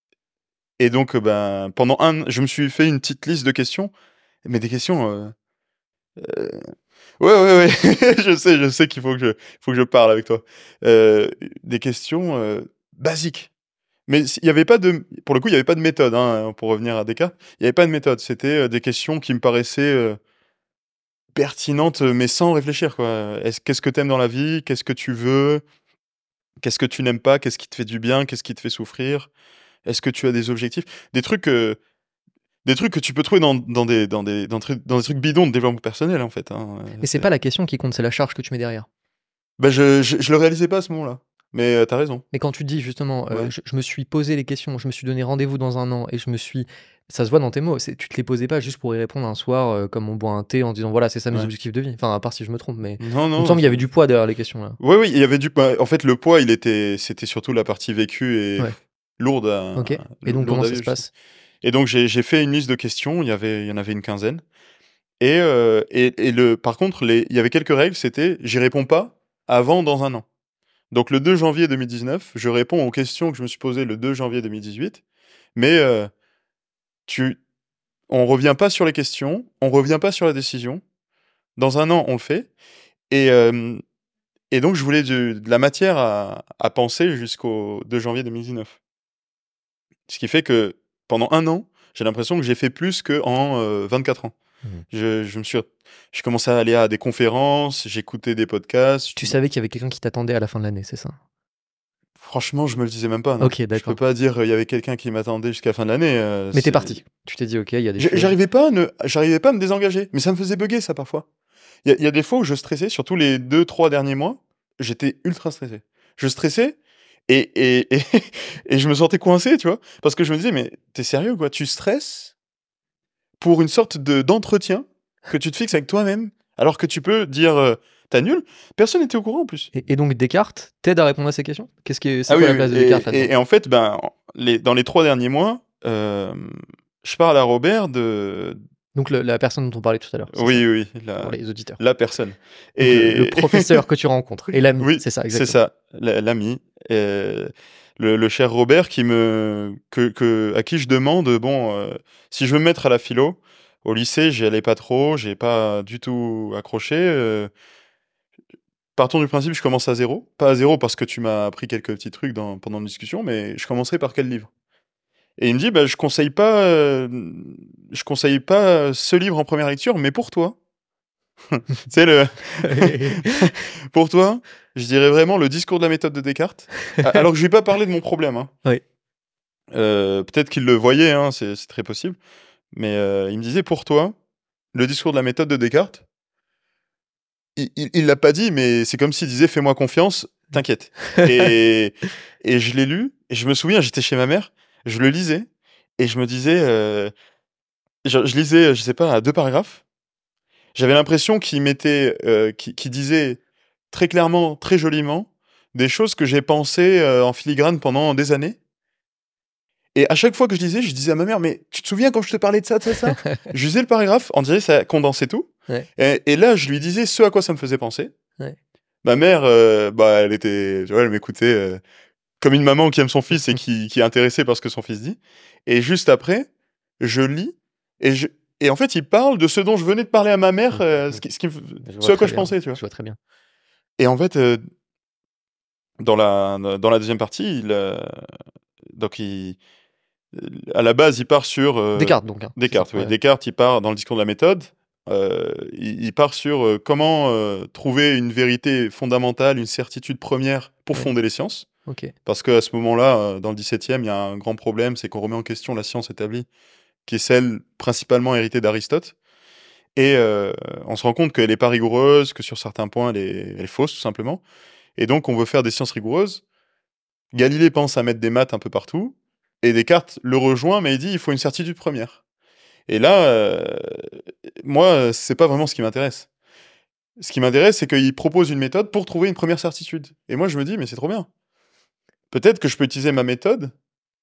et donc, heu, ben, pendant un je me suis fait une petite liste de questions, mais des questions, heu heu ouais, ouais, ouais, je sais, je sais qu'il faut que je faut que je parle avec toi. Heu, des questions, heu, basiques. Mais s il y avait pas de pour le coup, il y avait pas de méthode, hein, pour revenir à Descartes. Il y avait pas de méthode. C'était, heu, des questions qui me paraissaient, heu, pertinentes, mais sans réfléchir, quoi. Est-ce qu'est-ce que tu aimes dans la vie? Qu'est-ce que tu veux? Qu'est-ce que tu n'aimes pas? Qu'est-ce qui te fait du bien? Qu'est-ce qui te fait souffrir? Est-ce que tu as des objectifs? Des trucs, heu, des trucs que tu peux trouver dans dans des dans des dans tru dans des trucs bidons de développement personnel, en fait, hein, heu, Mais c'est c'est pas la question qui compte, c'est la charge que tu mets derrière. bah, je je je le réalisais pas à ce moment-là, mais heu, tu as raison. Mais quand tu dis justement, heu, Ouais. je je me suis posé les questions, je me suis donné rendez-vous dans un an et je me suis ça se voit dans tes mots, c'est tu te les posais pas juste pour y répondre un soir, heu, comme on boit un thé en disant: «Voilà, c'est ça mes Ouais. objectifs de vie». Enfin, à part si je me trompe, mais Non, il me non, semble qu'il y c'est avait du poids derrière les questions là. oui, oui, il y avait du bah, en fait, le poids, il était c'était surtout la partie vécue et Ouais, pff, lourde à OK, et donc lourde comment à ça se vivre, justement. passe? Et donc j'ai j'ai fait une liste de questions, il y avait il y en avait une quinzaine et heu et et le par contre, les il y avait quelques règles, c'était: j'y réponds pas avant dans un an. Donc le deux janvier deux mille dix-neuf, je réponds aux questions que je me suis posées le deux janvier deux mille dix-huit, mais heu, tu on revient pas sur les questions, on revient pas sur la décision. Dans un an, on le fait et hem et donc je voulais du de la matière à à penser jusqu'au deux janvier deux mille dix-neuf. Ce qui fait que pendant un an, j'ai l'impression que j'ai fait plus qu'en, heu, vingt-quatre ans. Mmh. Je je me suis je commençais à aller à des conférences, j'écoutais des podcasts, Tu bah, savais qu'il y avait quelqu'un qui t'attendait à la fin de l'année, c'est ça? franchement, je me le disais même pas, non. OK, Je peux d'accord. pas dire, heu, il y avait quelqu'un qui m'attendait jusqu'à la fin de l'année, heu, Mais tu es c'est parti. Tu t'es dit: «OK, il y a des J choses». j'arrivais pas à ne j'arrivais pas à me désengager, mais ça me faisait bugger ça parfois. Il y a il y a des fois où je stressais, surtout les deux trois derniers mois, j'étais ultra stressé. Je stressais et et et et je me sentais coincé, tu vois? Parce que je me disais: «Mais tu es sérieux quoi? Tu stresses pour une sorte de d'entretien que tu te fixes avec toi-même, alors que tu peux dire, heu: "Tu annules"?» Personne n'était au courant en plus. Et et donc Descartes t'aide à répondre à ces questions? Qu'est-ce que c'est Ah quoi oui, la oui place de et Descartes et là-dedans? et en fait, ben, les dans les trois derniers mois, hem, je parle à Robert de Donc le la personne dont on parlait tout à l'heure, c'est ça? oui, oui, Pour la les auditeurs. la personne Donc le le et professeur que tu rencontres et l'ami, oui, c'est ça c'est exactement. ça, l'a l'ami, heu, le le cher Robert qui me que que à qui je demande, bon, heu, si je veux me mettre à la philo. Au lycée, j'y allais pas trop, j'ai pas du tout accroché, heu, partons du principe, je commence à zéro. Pas à zéro parce que tu m'as appris quelques petits trucs dans pendant la discussion, mais je commencerai par quel livre? Et il me dit: «Bah, je conseille pas, hem, je conseille pas ce livre en première lecture, mais pour toi». Tu sais le pour toi, je dirais vraiment le discours de la méthode de Descartes, a alors que je lui ai pas parlé de mon problème, hein. Oui. Heu, peut-être qu'il le voyait, hein, c'est c'est très possible, mais heu, il me disait: «Pour toi, le discours de la méthode de Descartes», il il il l'a pas dit, mais c'est comme s'il disait: «Fais-moi confiance, t'inquiète». Et et je l'ai lu et je me souviens, j'étais chez ma mère, je le lisais et je me disais, heu, je je lisais, je sais pas, deux paragraphes. J'avais l'impression qu'il mettait, heu, qu'il qu'il disait très clairement, très joliment, des choses que j'ai pensées, heu, en filigrane pendant des années et à chaque fois que je lisais, je disais à ma mère: «Mais tu te souviens quand je te parlais de ça, de ça, ça?» Je lisais le paragraphe, on dirait ça condensait tout Ouais, et et là, je lui disais ce à quoi ça me faisait penser. ouais. Ma mère, heu, bah, elle était tu vois, elle m'écoutait, heu, comme une maman qui aime son fils et qui qui est intéressée par ce que son fils dit et juste après, je lis et je et en fait, il parle de ce dont je venais de parler à ma mère, Mmh, heu, ce mmh. qui ce qui me f Je ce vois à quoi très je bien, pensais, tu je vois? vois très bien. Et en fait, heu, dans la dans la deuxième partie, il, heu, donc il à la base, il part sur, heu Descartes donc, hein, c'est ça? Descartes, oui. Ouais, Descartes, il part dans le discours de la méthode, heu, il il part sur, heu, comment, heu, trouver une vérité fondamentale, une certitude première pour ouais, fonder les sciences. OK. Parce qu'à ce moment-là, heu, dans le dix-septième, il y a un grand problème, c'est qu'on remet en question la science établie, qui est celle principalement héritée d'Aristote et heu, on se rend compte qu'elle est pas rigoureuse, que sur certains points, elle est elle est fausse, tout simplement et donc on veut faire des sciences rigoureuses. Galilée pense à mettre des maths un peu partout et Descartes le rejoint, mais il dit: «Il faut une certitude première». Et là, heu, moi, heu, c'est pas vraiment ce qui m'intéresse. Ce qui m'intéresse, c'est qu'il propose une méthode pour trouver une première certitude et moi je me dis: «Mais c'est trop bien. Peut-être que je peux utiliser ma méthode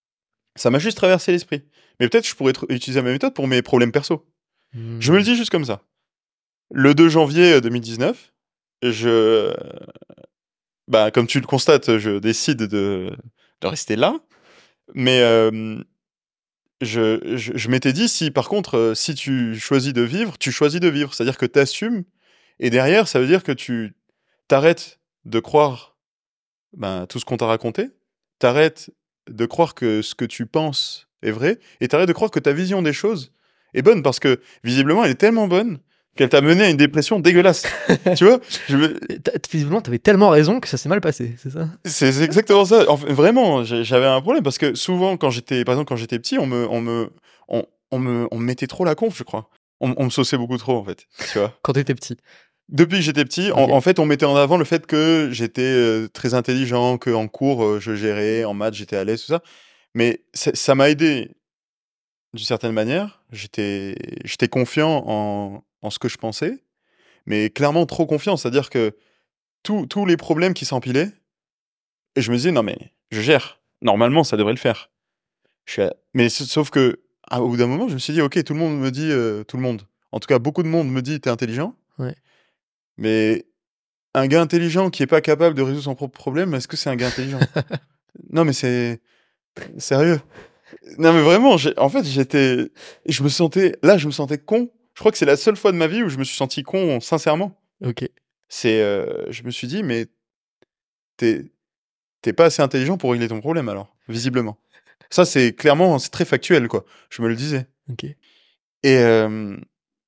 Ça m'a juste traversé l'esprit. Mais peut-être je pourrais tr utiliser ma méthode pour mes problèmes perso. Je me le Mmh. dis juste comme ça. Le deux janvier, heu, deux mille dix-neuf, je bah, comme tu le constates, je décide de de rester là, mais hem, je je je m'étais dit: «Si par contre, heu, si tu choisis de vivre, tu choisis de vivre». C'est-à-dire que tu assumes et derrière, ça veut dire que tu tu arrêtes de croire, ben, tout ce qu'on t'a raconté. Tu arrêtes de croire que ce que tu penses est vrai et tu arrêtes de croire que ta vision des choses est bonne parce que visiblement, elle est tellement bonne qu'elle t'a mené à une dépression dégueulasse. Tu vois? Je me Et tu as visiblement, tu avais tellement raison que ça s'est mal passé, c'est ça? C'est c'est exactement ça. En f vraiment, j'ai j'avais un problème parce que souvent quand j'étais par exemple, quand j'étais petit, on me on me on on me on me mettait trop la conf, je crois. On on me sauçait beaucoup trop, en fait, tu vois? Quand tu étais petit? Depuis que j'étais petit, en OK. en fait, on mettait en avant le fait que j'étais, heu, très intelligent, qu'en cours, heu, je gérais, en maths, j'étais à l'aise, tout ça. Mais ça ça m'a aidé d'une certaine manière. J'étais j'étais confiant en en ce que je pensais, mais clairement trop confiant. C'est-à-dire que tous tous les problèmes qui s'empilaient et je me disais: «Non mais je gère. Normalement, ça devrait le faire». Je suis à mais s sauf qu'à au bout d'un moment, je me suis dit: «OK, tout le monde me dit, heu, tout le monde, en tout cas beaucoup de monde me dit: "Tu es intelligent"». Ouais. Mais un gars intelligent qui est pas capable de résoudre son propre problème, est-ce que c'est un gars intelligent? Non mais c'est sérieux. Non mais vraiment, j'ai en fait, j'étais je me sentais là, je me sentais con. Je crois que c'est la seule fois de ma vie où je me suis senti con sincèrement. OK. C'est, heu, je me suis dit: «Mais tu es tu es pas assez intelligent pour régler ton problème alors, visiblement». Ça, c'est clairement, c'est très factuel, quoi. Je me le disais OK. et hem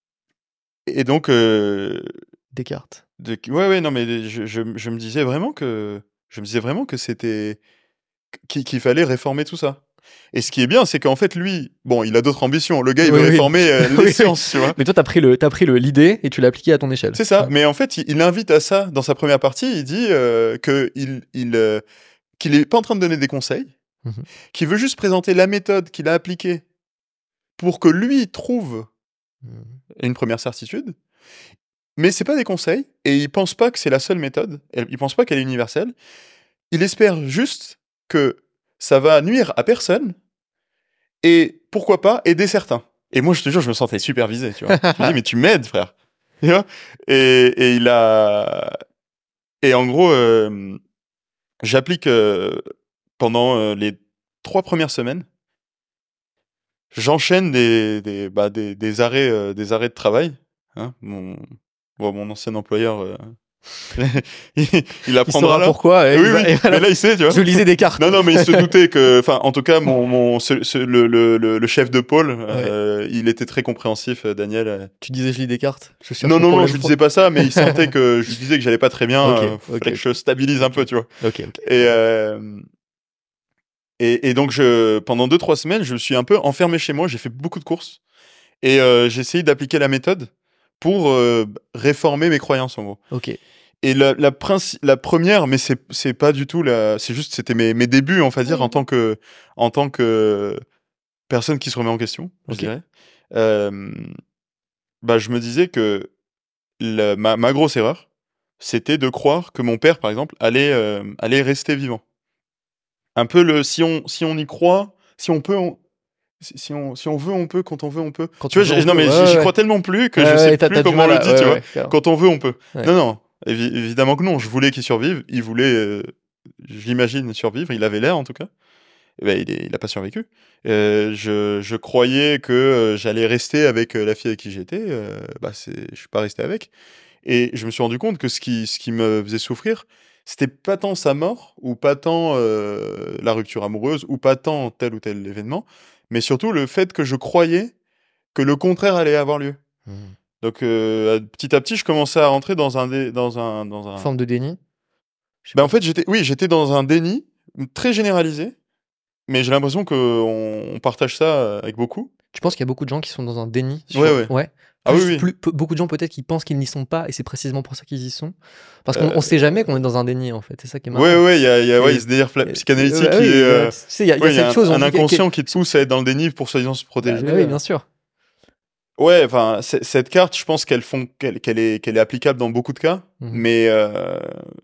et donc heu, Descartes. de q ouais, ouais, non mais je je m je me disais vraiment que je me disais vraiment que c'était qu'il qu'il fallait réformer tout ça et ce qui est bien, c'est qu'en fait, lui, bon, il a d'autres ambitions. Le gars, il veut Oui, oui. réformer, heu, les Oui, oui. sciences, tu vois? Mais toi, tu as pris le tu as pris le l'idée et tu l'as appliquée à ton échelle. C'est ça, Ouais. mais en fait, il il invite à ça dans sa première partie. Il dit, heu, qu'il il, heu, qu'il est pas en train de donner des conseils, Mmh mh. qu'il veut juste présenter la méthode qu'il a appliquée pour que lui trouve Mmh. une première certitude, mais c'est pas des conseils et il pense pas que c'est la seule méthode. Et il pense pas qu'elle est universelle. Il espère juste que ça va nuire à personne et pourquoi pas aider certains. Et moi, je te jure, je me sentais super visé, tu vois? Je me dis: «Mais tu m'aides frère!» Tu vois? Et et il a et en gros, hem, j'applique, heu, pendant, heu, les trois premières semaines j'enchaîne des des, bah, des des arrêts, heu, des arrêts de travail, hein. Mon bon, mon ancien employeur, heu, il il Il apprendra saura là. pourquoi et Oui, il va oui, et mais voilà. là, il sait, tu vois? Je lisais Descartes. Non, non, mais il se doutait que enfin, en tout cas, mon mon ce ce le le le le chef de pôle, Ouais. heu, il était très compréhensif, heu, Daniel, heu Tu disais: «Je lis Descartes, je cherche Non, le non, non, problème je lui fond». disais pas ça, mais il sentait que je lui disais que j'allais pas très bien, OK, heu, OK, fallait que OK. je stabilise un OK. peu, tu vois? OK, OK. Et hem et et donc je pendant deux trois semaines, je me suis un peu enfermé chez moi, j'ai fait beaucoup de courses et heu, j'ai essayé d'appliquer la méthode pour, heu, b réformer mes croyances, en gros. OK. Et la la princi la première, mais c'est c'est pas du tout la c'est juste, c'était mes mes débuts, on va dire, en Oui. tant que en tant que personne qui se remet en question, je OK. dirais. Hem, bah, je me disais que le ma ma grosse erreur, c'était de croire que mon père, par exemple, allait, hem, allait rester vivant. Un peu le si on si on y croit, si on peut, on si si on si on veut, on peut, quand on veut, on peut. Quand Tu on vois? veut, J'ai on non, peut. Ouais, mais j'y ouais, j'y ouais. crois tellement plus que je Ouais, sais ouais, tu as tu plus as du comment on mal le à dit, tu ouais, vois? ouais, clairement. Quand on veut, on peut. Ouais. Non, non, évi évidemment que non, je voulais qu'il survive. Il voulait, heu, j'imagine survivre, il avait l'air en tout cas. Et bah, il est il a pas survécu. Heu, je je croyais que, heu, j'allais rester avec, heu, la fille avec qui j'étais, heu, bah, c'est je suis pas resté avec et je me suis rendu compte que ce qui ce qui me faisait souffrir, c'était pas tant sa mort ou pas tant, heu, la rupture amoureuse ou pas tant tel ou tel événement, mais surtout le fait que je croyais que le contraire allait avoir lieu. Mmh. Donc heu, petit à petit, je commençais à rentrer dans un dé dans un dans un Forme de déni? Je sais bah, en pas. fait, j'étais oui, j'étais dans un déni, mmh, très généralisé, mais j'ai l'impression qu'on on partage ça, heu, avec beaucoup. Tu penses qu'il y a beaucoup de gens qui sont dans un déni Ouais, sur ouais. ouais? Ah oui, Plus oui. plus peu beaucoup de gens peut-être qui pensent qu'ils n'y sont pas et c'est précisément pour ça qu'ils y sont? Parce qu'on on Heu, sait jamais qu'on est dans un déni, en fait, c'est ça qui est ouais, marrant. ouais, il y a il y a ouais, il y a C'est ce délire pla et c'est psychanalytique bah, qui est, oui, bah, heu, tu sais, il y a il y a ouais, il y a cette un chose, on un dit que que inconscient qui te pousse à être dans le déni pour soi-disant se bah protéger, bah, oui, heu bien sûr. Ouais, enfin, c cette carte, je pense qu'elle fon qu'elle qu'elle est qu'elle est applicable dans beaucoup de cas, Mmh mh. mais heu,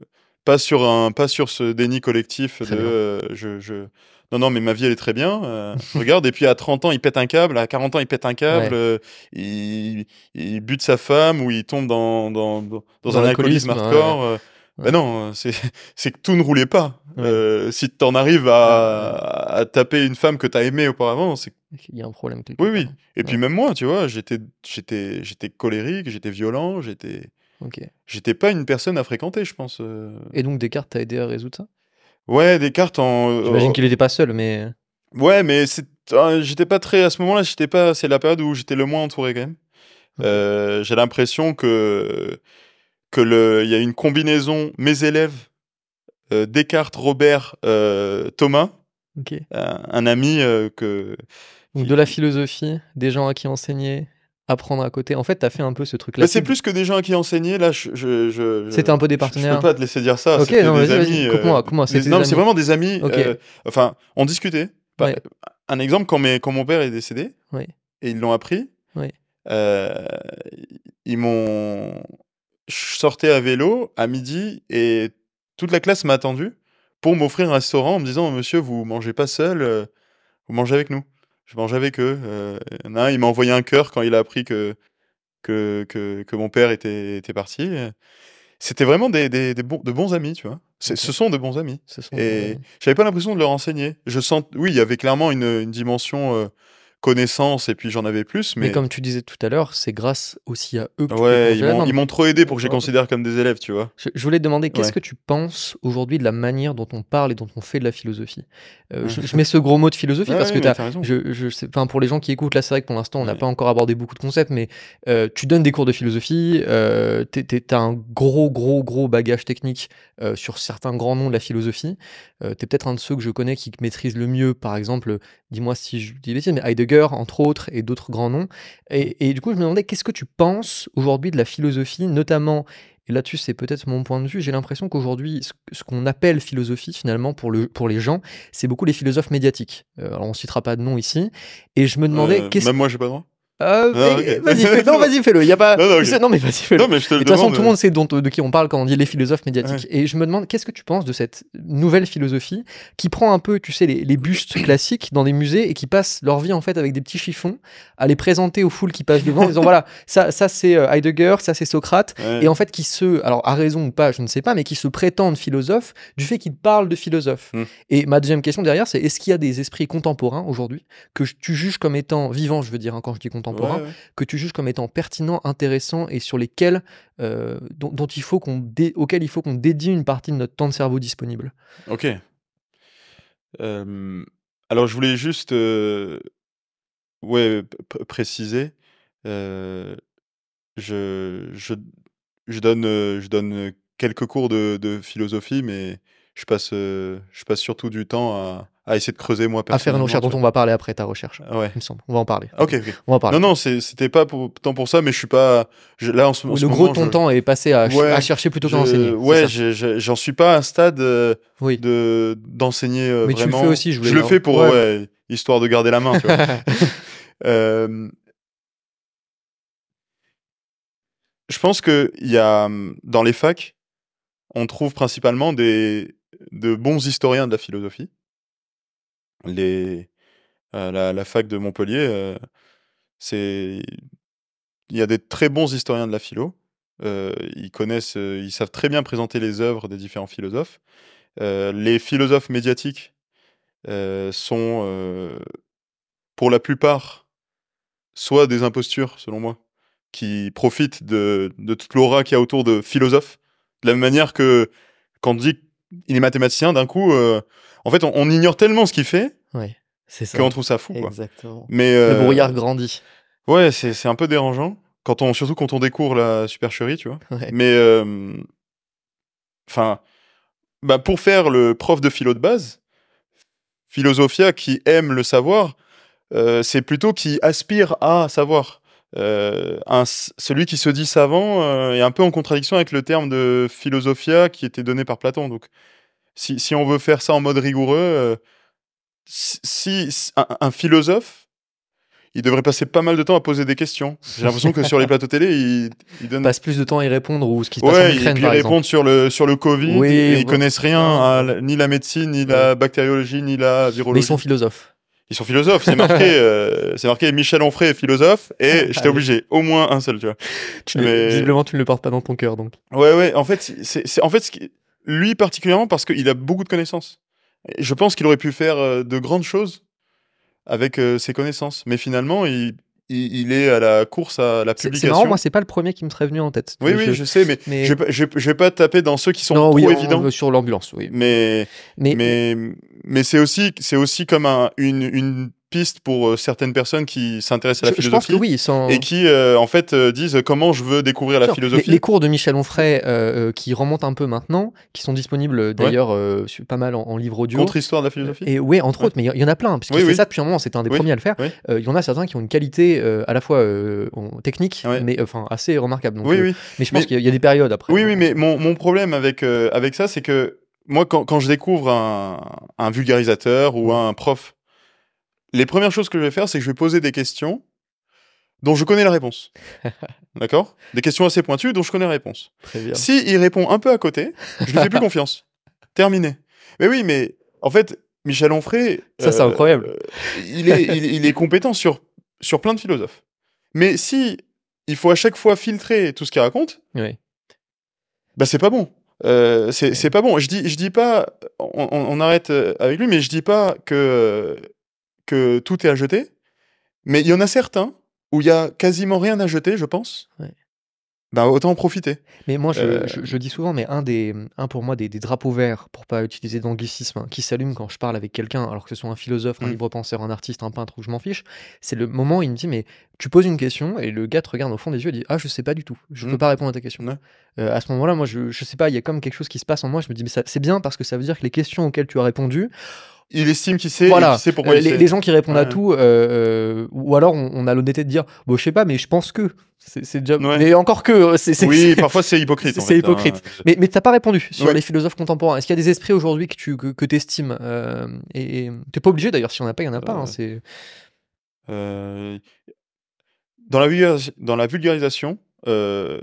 pas sur un pas sur ce déni collectif Très de, bien. heu, je je non, non, mais ma vie, elle est très bien, heu, regarde et puis à trente ans, il pète un câble, à quarante ans, il pète un câble, Ouais. heu, il il bute sa femme ou il tombe dans dans dans dans Dans un alcoolisme l'alcoolisme, ouais, hardcore, heu, bah, ouais. non, c'est c'est que tout ne roulait pas. Ouais. Heu, si tu en arrives Ah, ouais. à à taper une femme que tu as aimée auparavant, c'est Il y a un problème quelque oui, part. oui et puis Ouais. même moi, tu vois, j'étais j'étais j'étais colérique, j'étais violent, j'étais OK. j'étais pas une personne à fréquenter, je pense, heu. Et donc Descartes t'a aidé à résoudre ça? Ouais, Descartes en, J'imagine heu, qu'il était pas seul, mais ouais, mais c'est ah, j'étais pas très à ce moment-là, j'étais pas c'est la période où j'étais le moins entouré quand même. OK. Heu, j'ai l'impression que que le il y a une combinaison mes élèves, heu, Descartes, Robert, heu, Thomas, OK. un un ami, heu, que Donc qui de la qui philosophie, des gens à qui enseigner, apprendre à côté. En fait, tu as fait un peu ce truc bah, c'est classique de plus que des gens à qui enseigner là, je je je c'était je un peu des je je peux partenaires? pas te laisser dire ça, OK, c'était non, des vas-y, vas-y, amis, heu, coupe-moi, coupe-moi, des c'était des non, mais c'est amis. vraiment des amis, OK. heu, enfin, on discutait. Bah, Ouais. un exemple, quand mes quand mon père est décédé Oui. et ils l'ont appris, Oui. heu, ils m'ont je sortais à vélo à midi et toute la classe m'a attendu pour m'offrir un restaurant en me disant: «Monsieur, vous mangez pas seul, heu, vous mangez avec nous». Je mangeais avec eux, heu, il y en a un, il m'a envoyé un cœur quand il a appris que que que que mon père était était parti, heu. C'était vraiment des des des bons de bons amis, tu vois? C'est OK. ce sont de bons amis Ce sont de bons et amis. j'avais pas l'impression de leur enseigner. Je sens oui, il y avait clairement une, une dimension, heu, connaissance et puis j'en avais plus, Mais mais comme tu disais tout à l'heure, c'est grâce aussi à eux que tu t'es ouais, ils plongé m'ont là-dedans. ils Donc m'ont trop aidé pour que je les heu, considère comme des élèves, tu vois? je je voulais te demander, qu'est-ce Ouais. que tu penses aujourd'hui de la manière dont on parle et dont on fait de la philosophie? Heu, Ouais. je je mets ce gros mot de philosophie Ouais, parce que ouais, tu mais tu raison. je je sais enfin, pour les gens qui écoutent, là, c'est vrai que pour l'instant, on n'a Ouais. pas encore abordé beaucoup de concepts, mais heu, tu donnes des cours de philosophie, heu, tu es tu un gros, gros, gros bagage technique, heu, sur certains grands noms de la philosophie. Heu, tu es peut-être un de ceux que je connais qui maîtrise le mieux, par exemple, dis-moi si je dis des bêtises, mais Heidegger, entre autres, et d'autres grands noms. Mmh. Et et du coup, je me demandais, qu'est-ce que tu penses aujourd'hui de la philosophie, notamment, et là-dessus, c'est peut-être mon point de vue, j'ai l'impression qu'aujourd'hui, ce ce qu'on appelle philosophie, finalement, pour le pour les gens, c'est beaucoup les philosophes médiatiques. Heu, alors on citera pas de nom ici, et je me demandais Heu, qu'est-ce même moi, j'ai pas le droit? Heu, Non, OK. et vas-y, fais non, Non, vas-y, fais-le, il y a pas non, non, OK. c'est non, mais vas-y, fais-le. Non, mais je te Mais le de toute façon, demande, tout le heu. monde sait dont de qui on parle quand on dit les philosophes Ouais. médiatiques, et je me demande, qu'est-ce que tu penses de cette nouvelle philosophie qui prend un peu, tu sais, les les bustes classiques dans des musées et qui passent leur vie, en fait, avec des petits chiffons, à les présenter aux foules qui passent devant en disant: «Voilà, ça ça c'est, heu, Heidegger, ça c'est Socrate», et Ouais. en fait qui se alors à raison ou pas, je ne sais pas, mais qui se prétendent philosophes du fait qu'ils parlent de philosophes. Mmh. Et ma deuxième question derrière, c'est est-ce qu'il y a des esprits contemporains aujourd'hui que j tu juges comme étant vivants, je veux dire, hein, quand je dis Ouais, contemporains, ouais. que tu juges comme étant pertinents, intéressants et sur lesquels, heu, dont dont il faut qu'on dé auxquels il faut qu'on dédie une partie de notre temps de cerveau disponible? OK. Hem, alors je voulais juste, heu, ouais, p p préciser, heu, je je je donne, heu, je donne, heu, quelques cours de de philosophie, mais je passe, heu, je passe surtout du temps à à essayer de creuser moi À faire une personnellement, recherche tu dont vois? on va parler après ta recherche, Ah ouais. il me semble. On va en parler, OK, OK. OK. On va en Non, parler. non, c'est c'était pas pour tant pour ça, mais je suis pas je là en ce en Oui, ce le gros de moment, ton je temps est passé à ch à ouais, chercher plutôt qu'à je enseigner, c'est ouais, ça? je je j'en suis pas à un stade, heu, Oui, de d'enseigner, heu, mais tu le fais vraiment. aussi, je voulais Je le dire. fais pour Ouais. ouais, histoire de garder la main, tu vois? Hem, je pense qu'il y a, mmh, dans les facs, on trouve principalement des de bons historiens de la philosophie. Les heu, la la fac de Montpellier, heu, c'est il y a des très bons historiens de la philo. Heu, ils connaissent, heu, ils savent très bien présenter les œuvres des différents philosophes. Heu, les philosophes médiatiques, heu, sont, heu, pour la plupart, soit des impostures, selon moi, qui profitent de de toute l'aura qu'il y a autour de philosophes. De la même manière que quand on dit: «Il est mathématicien», d'un coup, heu, en fait, on on ignore tellement ce qu'il fait Ouais, c'est qu'on ça, trouve ça fou, quoi. exactement. Mais Le heu, brouillard grandit. ouais, c'est c'est un peu dérangeant quand on surtout quand on découvre la supercherie, tu vois? Ouais. Mais hem, enfin, bah, pour faire le prof de philo de base, Philosophia qui aime le savoir, heu, c'est plutôt qui aspire à savoir. Heu, un s celui qui se dit savant, heu, est un peu en contradiction avec le terme de philosophia qui était donné par Platon. Donc si si on veut faire ça en mode rigoureux, heu, si si s un un philosophe, il devrait passer pas mal de temps à poser des questions. J'ai l'impression que sur les plateaux télé, il, il donne... Passe plus de temps à y répondre ou ce qui se passe en Ouais, et Ukraine, puis par répondre exemple. sur le, sur le Covid, Oui, et ils bon, connaissent rien non, à non. la- ni la médecine, ni Ouais. la bactériologie, ni la Mais virologie. ils sont philosophes. Ils sont philosophes, c'est marqué, euh, c'est marqué Michel Onfray est philosophe, et j'étais Allez. obligé, au moins un seul, tu vois. Tu l'es- Mais- Visiblement, tu ne le portes pas dans ton cœur, donc. Ouais, ouais, en fait, c'est, c'est- en fait ce qui- lui particulièrement parce qu'il a beaucoup de connaissances. Et je pense qu'il aurait pu faire euh, de grandes choses avec euh, ses connaissances, mais finalement, il, il, il est à la course à la C'est c'est publication. marrant, moi, c'est pas le premier qui me serait venu en tête. Oui, Je- oui, je- je sais, mais, mais- je, vais pas- je, vais- je vais pas taper dans ceux qui sont non, trop oui, on évidents. veut sur l'ambulance, oui. Mais, Mais, mais, mais c'est aussi, c'est aussi comme un, une, une piste pour euh, certaines personnes qui s'intéressent à la je, je pense philosophie que oui, sans... et qui, euh, en fait, euh, disent comment je veux découvrir la Sûr, philosophie. Les, les cours de Michel Onfray euh, euh, qui remontent un peu maintenant, qui sont disponibles d'ailleurs euh, sur- pas mal en, en livre audio. Contre-histoire de la philosophie. Et oui, entre Ouais. autres, mais il y, y en a plein, parce qu'il Oui, fait oui. ça depuis un moment, c'était un des Oui, premiers à le faire. oui. Euh, Il y en a certains qui ont une qualité euh, à la fois euh, en- technique, Ouais. mais enfin assez remarquable. Donc, Oui, euh, oui. Mais je pense Mais- qu'il y, a- il y a des périodes après. Oui, oui, mais mon, mon problème avec, euh, avec ça, c'est que moi, quand, quand je découvre un, un vulgarisateur ou un prof, les premières choses que je vais faire, c'est que je vais poser des questions dont je connais la réponse. D'accord? Des questions assez pointues dont je connais la réponse. Très bien. Si il répond un peu à côté, je lui fais plus confiance. Terminé. Mais oui, mais en fait, Michel Onfray, Ça, c'est incroyable. euh, il, est, il, il est compétent sur, sur plein de philosophes. Mais si il faut à chaque fois filtrer tout ce qu'il raconte, Oui. bah c'est pas bon. Euh, c'est c'est pas bon. Je dis, je dis pas, on, on- on arrête euh, avec lui, mais je dis pas que, que tout est à jeter. Mais il y en a certains où il y a quasiment rien à jeter, je pense. Ouais. Bah autant en profiter. Mais moi, je, Euh, je- je dis souvent, mais un, des, un pour moi des, des drapeaux verts, pour pas utiliser d'anglicisme, hein, qui s'allume quand je parle avec quelqu'un, alors que ce soit un philosophe, un Mm. libre-penseur, un artiste, un peintre ou je m'en fiche, c'est le moment où il me dit, mais tu poses une question et le gars te regarde au fond des yeux et dit, ah, je sais pas du tout, je Mm. peux pas répondre à ta question. Ouais. Euh, à ce moment-là, moi, je, je sais pas, il y a comme quelque chose qui se passe en moi, je me dis, mais ça- c'est bien parce que ça veut dire que les questions auxquelles tu as répondu, Il estime qu'il sait, et voilà, qu'il sait pourquoi euh, il les, sait. les gens qui répondent à Ouais. tout, euh, euh, ou alors on, on a l'honnêteté de dire, bon, je sais pas, mais je pense que. C'est c'est déjà. Ouais. Mais encore que. euh, c'est- c'est- Oui, c'est- parfois c'est hypocrite. c'est en c'est fait, hypocrite. hein. Mais, mais t'as pas répondu sur Ouais. les philosophes contemporains. Est-ce qu'il y a des esprits aujourd'hui que tu que, que estimes et et t'es pas obligé d'ailleurs, s'il y en a pas, il y en a pas. Euh, hein, c'est... Euh, dans, la vulgaris- dans la vulgarisation, euh,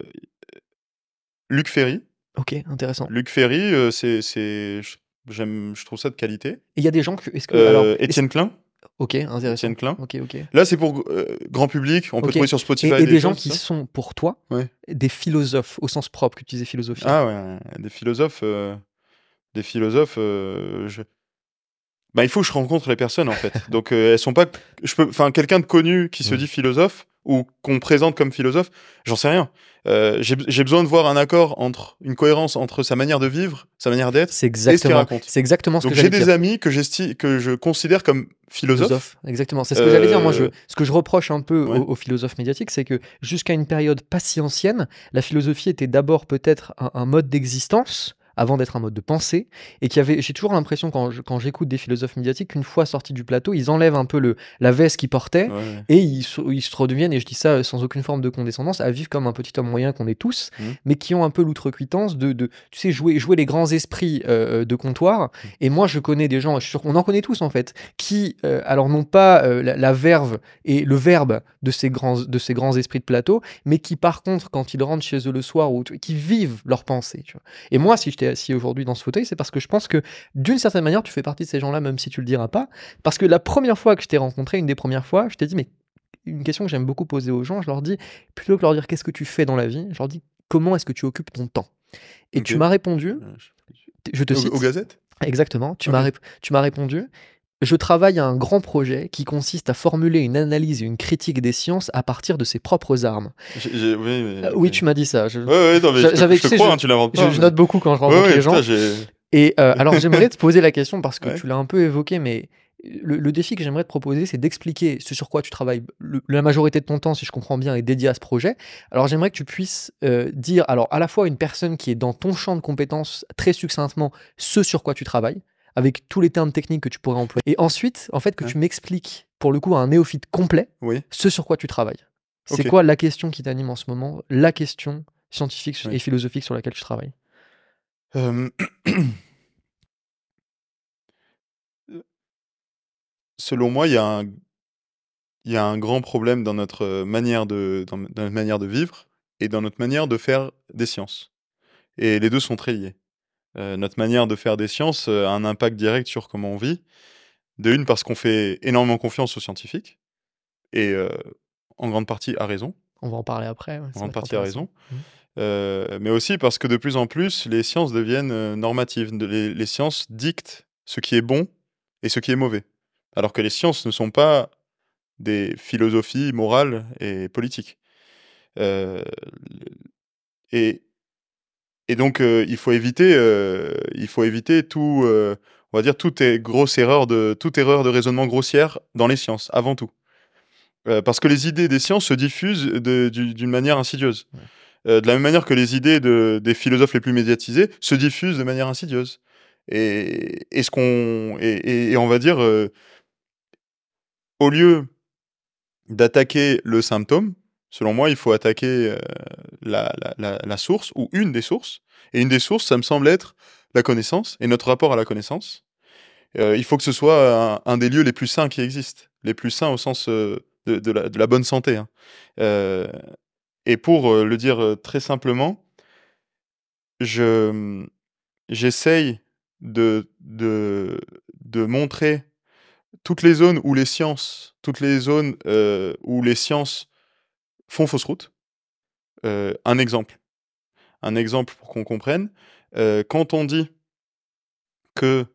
Luc Ferry. Ok, intéressant. Luc Ferry, euh, c'est, c'est, je- j'aime, je trouve ça de qualité. Et il y a des gens que. Est-ce que. Euh, alors, est-ce- Étienne Klein. Ok, intéressant. Étienne Klein. Ok, ok. Là, c'est pour euh, grand public. On peut Ok. trouver sur Spotify. Et, et des gens choses, qui ça. sont pour toi Ouais. des philosophes au sens propre que tu disais philosophie. Ah ouais, des philosophes. euh, des philosophes. euh, je- Bah, il faut que je rencontre les personnes en fait. Donc euh, elles sont pas. Je peux. Enfin, quelqu'un de connu qui se Mm. dit philosophe ou qu'on présente comme philosophe, j'en sais rien. Euh, j'ai j'ai besoin de voir un accord entre une cohérence entre sa manière de vivre, sa manière d'être C'est et ce qu'il exactement, raconte. c'est exactement ce Donc que j'ai j'allais des dire. amis que j'estime, que je considère comme philosophes. Philosophe, exactement. C'est ce que j'allais dire. Moi, je, Euh, ce que je reproche un peu ouais. aux, aux philosophes médiatiques, c'est que jusqu'à une période pas si ancienne, la philosophie était d'abord peut-être un, un mode d'existence avant d'être un mode de pensée, et qu'il y avait, j'ai toujours l'impression quand, je- quand j'écoute des philosophes médiatiques qu'une fois sortis du plateau, ils enlèvent un peu le, la veste qu'ils portaient Ouais. et ils, se- ils se redeviennent, et je dis ça sans aucune forme de condescendance, à vivre comme un petit homme moyen qu'on est tous, Mhm. mais qui ont un peu l'outrecuidance de, de, tu sais, jouer, jouer les grands esprits euh, de comptoir. Et moi, je connais des gens, je suis sûr qu'on en connaît tous en fait, qui, euh, alors, n'ont pas euh, la, la verve et le verbe de ces, grands, de ces grands esprits de plateau, mais qui, par contre, quand ils rentrent chez eux le soir, ou tu- qui vivent leurs pensées. Tu vois. Et moi, si j'étais assis aujourd'hui dans ce fauteuil, c'est parce que je pense que, d'une certaine manière, tu fais partie de ces gens-là, même si tu le diras pas. Parce que la première fois que je t'ai rencontré, une des premières fois, je t'ai dit, mais une question que j'aime beaucoup poser aux gens, je leur dis, plutôt que leur dire qu'est-ce que tu fais dans la vie, je leur dis, comment est-ce que tu occupes ton temps? Et Ok. tu m'as répondu, Euh, je- je te Aux, cite. aux gazettes. Exactement, tu Ok. m'as rép- tu m'as répondu. Je travaille à un grand projet qui consiste à formuler une analyse et une critique des sciences à partir de ses propres armes. J'ai- j'ai- oui, mais- Euh, oui, tu m'as dit ça. Je, Ouais, ouais, non, mais J'a- je, te- j'avais- je te tu sais, crois, je- hein, tu l'inventes je- pas. je mais- note beaucoup quand je Ouais, rencontre ouais, les gens. putain, j'ai- Et euh, alors j'aimerais te poser la question parce que Ouais. tu l'as un peu évoqué, mais le, le défi que j'aimerais te proposer, c'est d'expliquer ce sur quoi tu travailles. Le- la majorité de ton temps, si je comprends bien, est dédié à ce projet. Alors j'aimerais que tu puisses euh, dire, alors à la fois une personne qui est dans ton champ de compétences très succinctement, ce sur quoi tu travailles, avec tous les termes techniques que tu pourrais employer. Et ensuite, en fait, que Ouais. tu m'expliques, pour le coup, à un néophyte complet, Oui. ce sur quoi tu travailles. C'est Ok. quoi la question qui t'anime en ce moment, la question scientifique Ouais. et philosophique sur laquelle tu travailles? Euh, Selon moi, il y a un, il y a un grand problème dans notre, heu, manière de dans dans notre manière de vivre et dans notre manière de faire des sciences et les deux sont très liés. Heu, notre manière de faire des sciences, heu, a un impact direct sur comment on vit. De une parce qu'on fait énormément confiance aux scientifiques et heu, en grande partie à raison, On va en parler après, ouais, en ça va grande être partie à intéressant. raison. Mmh. Heu, mais aussi parce que de plus en plus, les sciences deviennent, heu, normatives. De les les sciences dictent ce qui est bon et ce qui est mauvais. Alors que les sciences ne sont pas des philosophies morales et politiques. Heu, et et donc heu, il faut éviter, heu, il faut éviter tout, heu, on va dire toute é grosse erreur de toute erreur de raisonnement grossière dans les sciences, avant tout. Heu, parce que les idées des sciences se diffusent de d'u d'une manière insidieuse. Ouais. Heu, de la même manière que les idées de des philosophes les plus médiatisés se diffusent de manière insidieuse. Et et ce qu'on et et et on va dire, heu, au lieu d'attaquer le symptôme, selon moi, il faut attaquer, heu, la la la la source ou une des sources et une des sources, ça me semble être la connaissance et notre rapport à la connaissance. Heu, il faut que ce soit un un des lieux les plus sains qui existent. Les plus sains au sens, heu, de de la de la bonne santé, hein. Heu et pour, heu, le dire, heu, très simplement, je, mmh, j'essaye de de de montrer toutes les zones où les sciences toutes les zones, heu, où les sciences font fausse route. Heu, un exemple un exemple pour qu'on comprenne, heu, quand on dit que,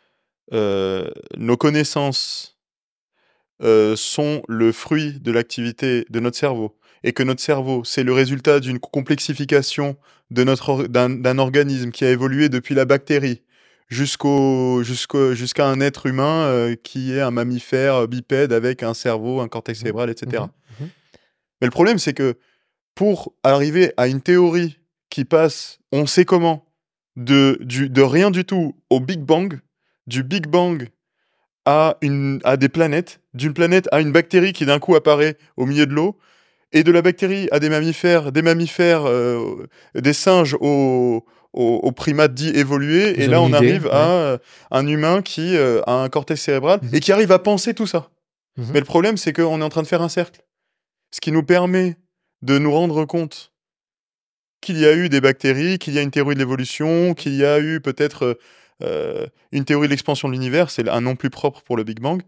heu, nos connaissances heu, sont le fruit de l'activité de notre cerveau et que notre cerveau, c'est le résultat d'une complexification de notre or d'un d'un organisme qui a évolué depuis la bactérie jusqu'au jusqu'au jusqu'à un être humain, heu, qui est un mammifère, bipède avec un cerveau, un cortex Mmh mh. cérébral et Mmh cetera. mh. Mmh. Mais le problème, c'est que pour arriver à une théorie qui passe, on sait comment, de du de rien du tout au Big Bang, du Big Bang à une à des planètes, d'une planète à une bactérie qui d'un coup apparaît au milieu de l'eau et de la bactérie à des mammifères, des mammifères, heu, des singes aux aux aux primates dits évolués et Les là on hominidés, arrive ouais. à, heu, un humain qui, heu, a un cortex cérébral Mmh et mh. qui arrive à penser tout ça. Mmh mh. Mais le problème, c'est qu'on est en train de faire un cercle. Ce qui nous permet de nous rendre compte qu'il y a eu des bactéries, qu'il y a une théorie de l'évolution, qu'il y a eu peut-être, heu heu, une théorie de l'expansion de l'univers, c'est un nom plus propre pour le Big Bang.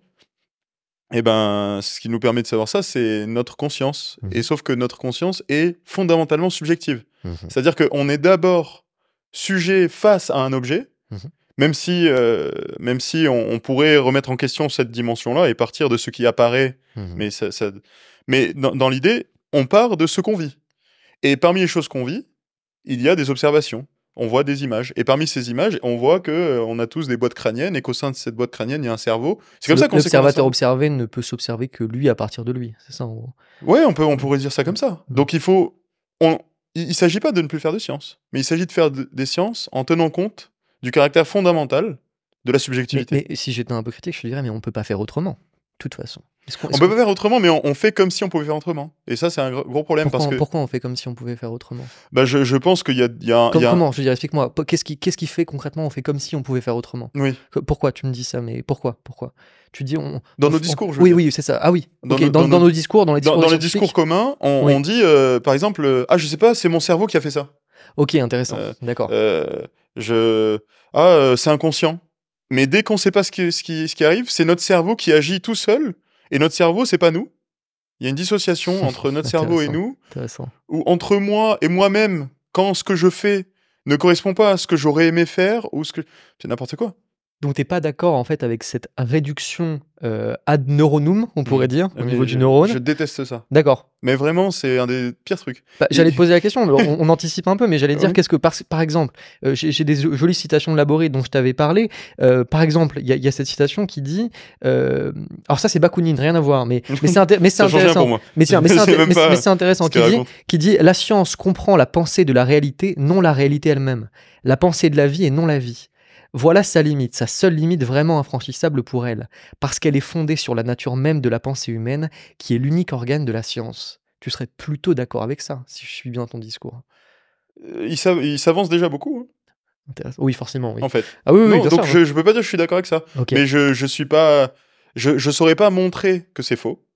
Et ben, ce qui nous permet de savoir ça, c'est notre conscience Mmh et mh. sauf que notre conscience est fondamentalement subjective. Mmh mh. C'est-à-dire qu'on est d'abord sujet face à un objet, Mmh mh. même si, heu, même si on on pourrait remettre en question cette dimension-là et partir de ce qui apparaît, Mmh mh. mais ça ça mais dans dans l'idée, on part de ce qu'on vit et parmi les choses qu'on vit, il y a des observations. On voit des images et parmi ces images, on voit que, heu, on a tous des boîtes crâniennes et qu'au sein de cette boîte crânienne, il y a un cerveau. C'est comme L'o ça qu'on sait qu'on a un l'observateur cerveau. observé ne peut s'observer que lui à partir de lui, c'est ça en gros? Ouais, on peut on Mmh. pourrait dire ça Mmh. comme ça. Mmh. Donc il faut on il il s'agit pas de ne plus faire de sciences, mais il s'agit de faire de des sciences en tenant compte du caractère fondamental de la Mais subjectivité. mais si j'étais un peu critique, je te dirais: «Mais on peut pas faire autrement, de toute façon». Est-ce qu'on On est-ce peut qu'on pas faire autrement, mais on on fait comme si on pouvait faire autrement et ça, c'est un gros gros problème parce pourquoi on que, pourquoi on fait comme si on pouvait faire autrement? bah, je je pense qu'il y a il y a un il y Com a un comment? Je veux dire, explique-moi. Po qu'est-ce qui qu'est-ce qui fait concrètement, on fait comme si on pouvait faire autrement? oui, Que pourquoi tu me dis ça? Mais pourquoi? Pourquoi? Tu dis on dans on nos f on discours, je veux oui, dire. oui, c'est ça. Ah oui, Dans OK, nos dans dans dans nos nos discours, dans les dans discours des dans les discours scientifiques? communs, on Oui. on dit, heu, par exemple, heu: «Ah, je sais pas, c'est mon cerveau qui a fait ça». OK, intéressant. Heu D'accord. heu, je «Ah, heu, c'est inconscient». Mais dès qu'on sait pas ce qui ce qui ce qui arrive, c'est notre cerveau qui agit tout seul et notre cerveau, c'est pas nous. Il y a une dissociation entre notre cerveau et Intéressant, nous, intéressant. ou entre moi et moi-même, quand ce que je fais ne correspond pas à ce que j'aurais aimé faire ou ce que c'est n'importe quoi. Donc tu es pas d'accord en fait avec cette réduction, heu, ad neuronum, on Mmh. pourrait dire, au niveau Mais du je neurone? je déteste ça. D'accord. Mais vraiment, c'est un des pires trucs. Bah, Et j'allais te poser la question, mais on on anticipe un peu, mais j'allais dire oui. qu'est-ce que par par exemple, heu, j'ai j'ai des jo jolies citations de Laboré dont je t'avais parlé. Heu, par exemple, il y a il y a cette citation qui dit, hem, alors ça c'est Bakounine, rien à voir, mais mais c'est inté mais c'est Ça change rien pour intéressant. moi. Mais Je c'est mais c'est sais inté même mais c'est mais pas c'est intéressant, ce qu'il qui dit raconte. qui dit: «La science comprend la pensée de la réalité, non la réalité elle-même. La pensée de la vie et non la vie. Voilà sa limite, sa seule limite vraiment infranchissable pour elle, parce qu'elle est fondée sur la nature même de la pensée humaine, qui est l'unique organe de la science». Tu serais plutôt d'accord avec ça, si je suis bien ton discours? Heu, il s'av il s'avance déjà beaucoup, hein, Intéressant. Oui, forcément, oui. en fait. Ah oui, oui, oui, Non, bien donc sûr, ouais. je je peux pas dire que je suis d'accord avec ça, OK. mais je je suis pas je je saurais pas montrer que c'est faux.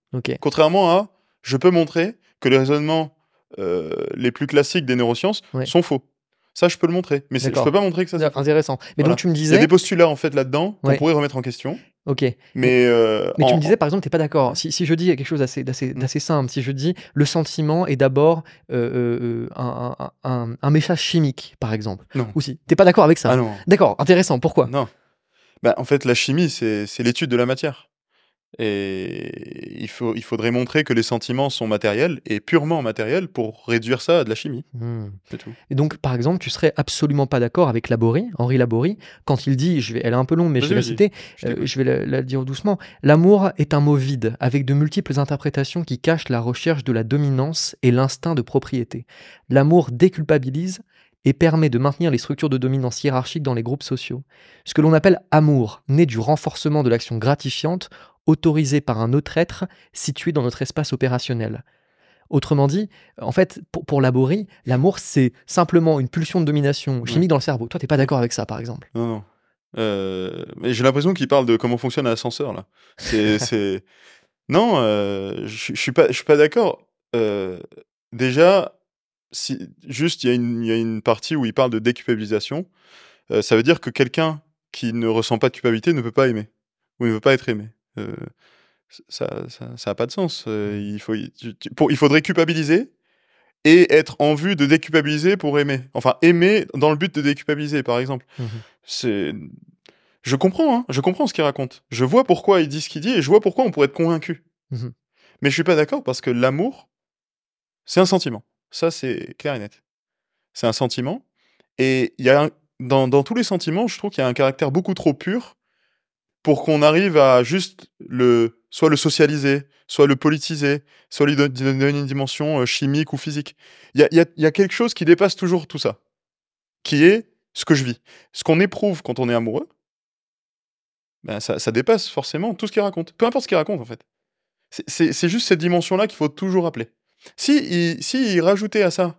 OK. Contrairement à, je peux montrer que les raisonnements, heu, les plus classiques des neurosciences Ouais. sont faux. Ça, je peux le montrer, mais c'est je peux D'accord. pas montrer que ça, c'est Da faux. intéressant. Mais donc Voilà. tu me Il y a des disais postulats, en fait, là-dedans qu'on ouais, pourrait remettre en question, OK. Mais mais heu, mais tu me en disais, par exemple, tu es pas en d'accord. ouais. Si si je dis quelque chose d'assez d'assez Mmh. d'assez simple, si je dis: «Le sentiment est d'abord, heu heu heu, un un un un un message chimique», par exemple, Non. ou si tu es pas d'accord avec Ah ça? non. D'accord, intéressant, pourquoi? Non. Bah, en fait, la chimie, c'est c'est l'étude de la matière et il faut il faudrait montrer que les sentiments sont matériels et purement matériels pour réduire ça à de la chimie, Mmh. c'est tout. Et donc, par exemple, tu serais absolument pas d'accord avec Laborie, Henri Laborie, quand il dit, je vais elle est un peu longue, mais je Vas-y, vais la vas-y, citer, je heu, t'écoute. je vais la la dire doucement: «L'amour est un mot vide, avec de multiples interprétations qui cachent la recherche de la dominance et l'instinct de propriété. L'amour déculpabilise et permet de maintenir les structures de dominance hiérarchique dans les groupes sociaux. Ce que l'on appelle amour naît du renforcement de l'action gratifiante autorisée par un autre être situé dans notre espace opérationnel». Autrement dit, en fait, pour pour Laborie, l'amour, c'est simplement une pulsion de domination Ouais. chimique dans le cerveau. Toi, tu es pas Mmh. d'accord avec ça, par exemple? Non, non. Heu, mais j'ai l'impression qu'il parle de comment fonctionne un ascenseur, là. C'est c'est non, heu, je je suis pas je suis pas d'accord. Heu, déjà, si juste il y a une il y a une partie où il parle de déculpabilisation, heu, ça veut dire que quelqu'un qui ne ressent pas de culpabilité ne peut pas aimer ou ne veut pas être aimé. Heu, ç ça ça ça a pas de sens, heu, Mmh. il faut i tu tu pour il faudrait culpabiliser et être en vue de déculpabiliser pour aimer. Enfin, aimer dans le but de déculpabiliser, par exemple. Mmh mh. C'est je comprends, hein, je comprends ce qu'il raconte. Je vois pourquoi il dit ce qu'il dit et je vois pourquoi on pourrait être convaincu. Mmh mh. Mais je suis pas d'accord parce que l'amour, c'est un sentiment. Ça, c'est clair et net. C'est un sentiment et il y a un dans dans tous les sentiments, je trouve qu'il y a un caractère beaucoup trop pur pour qu'on arrive à juste le soit le socialiser, soit le politiser, soit lui don lui donner une dimension, heu, chimique ou physique. Il y a il y a il y a quelque chose qui dépasse toujours tout ça, qui est ce que je vis. Ce qu'on éprouve quand on est amoureux, ben, ça ça dépasse forcément tout ce qu'il raconte. Peu importe ce qu'il raconte, en fait. C'est c'est c'est juste cette dimension-là qu'il faut toujours rappeler. Si il si il rajoutait à ça: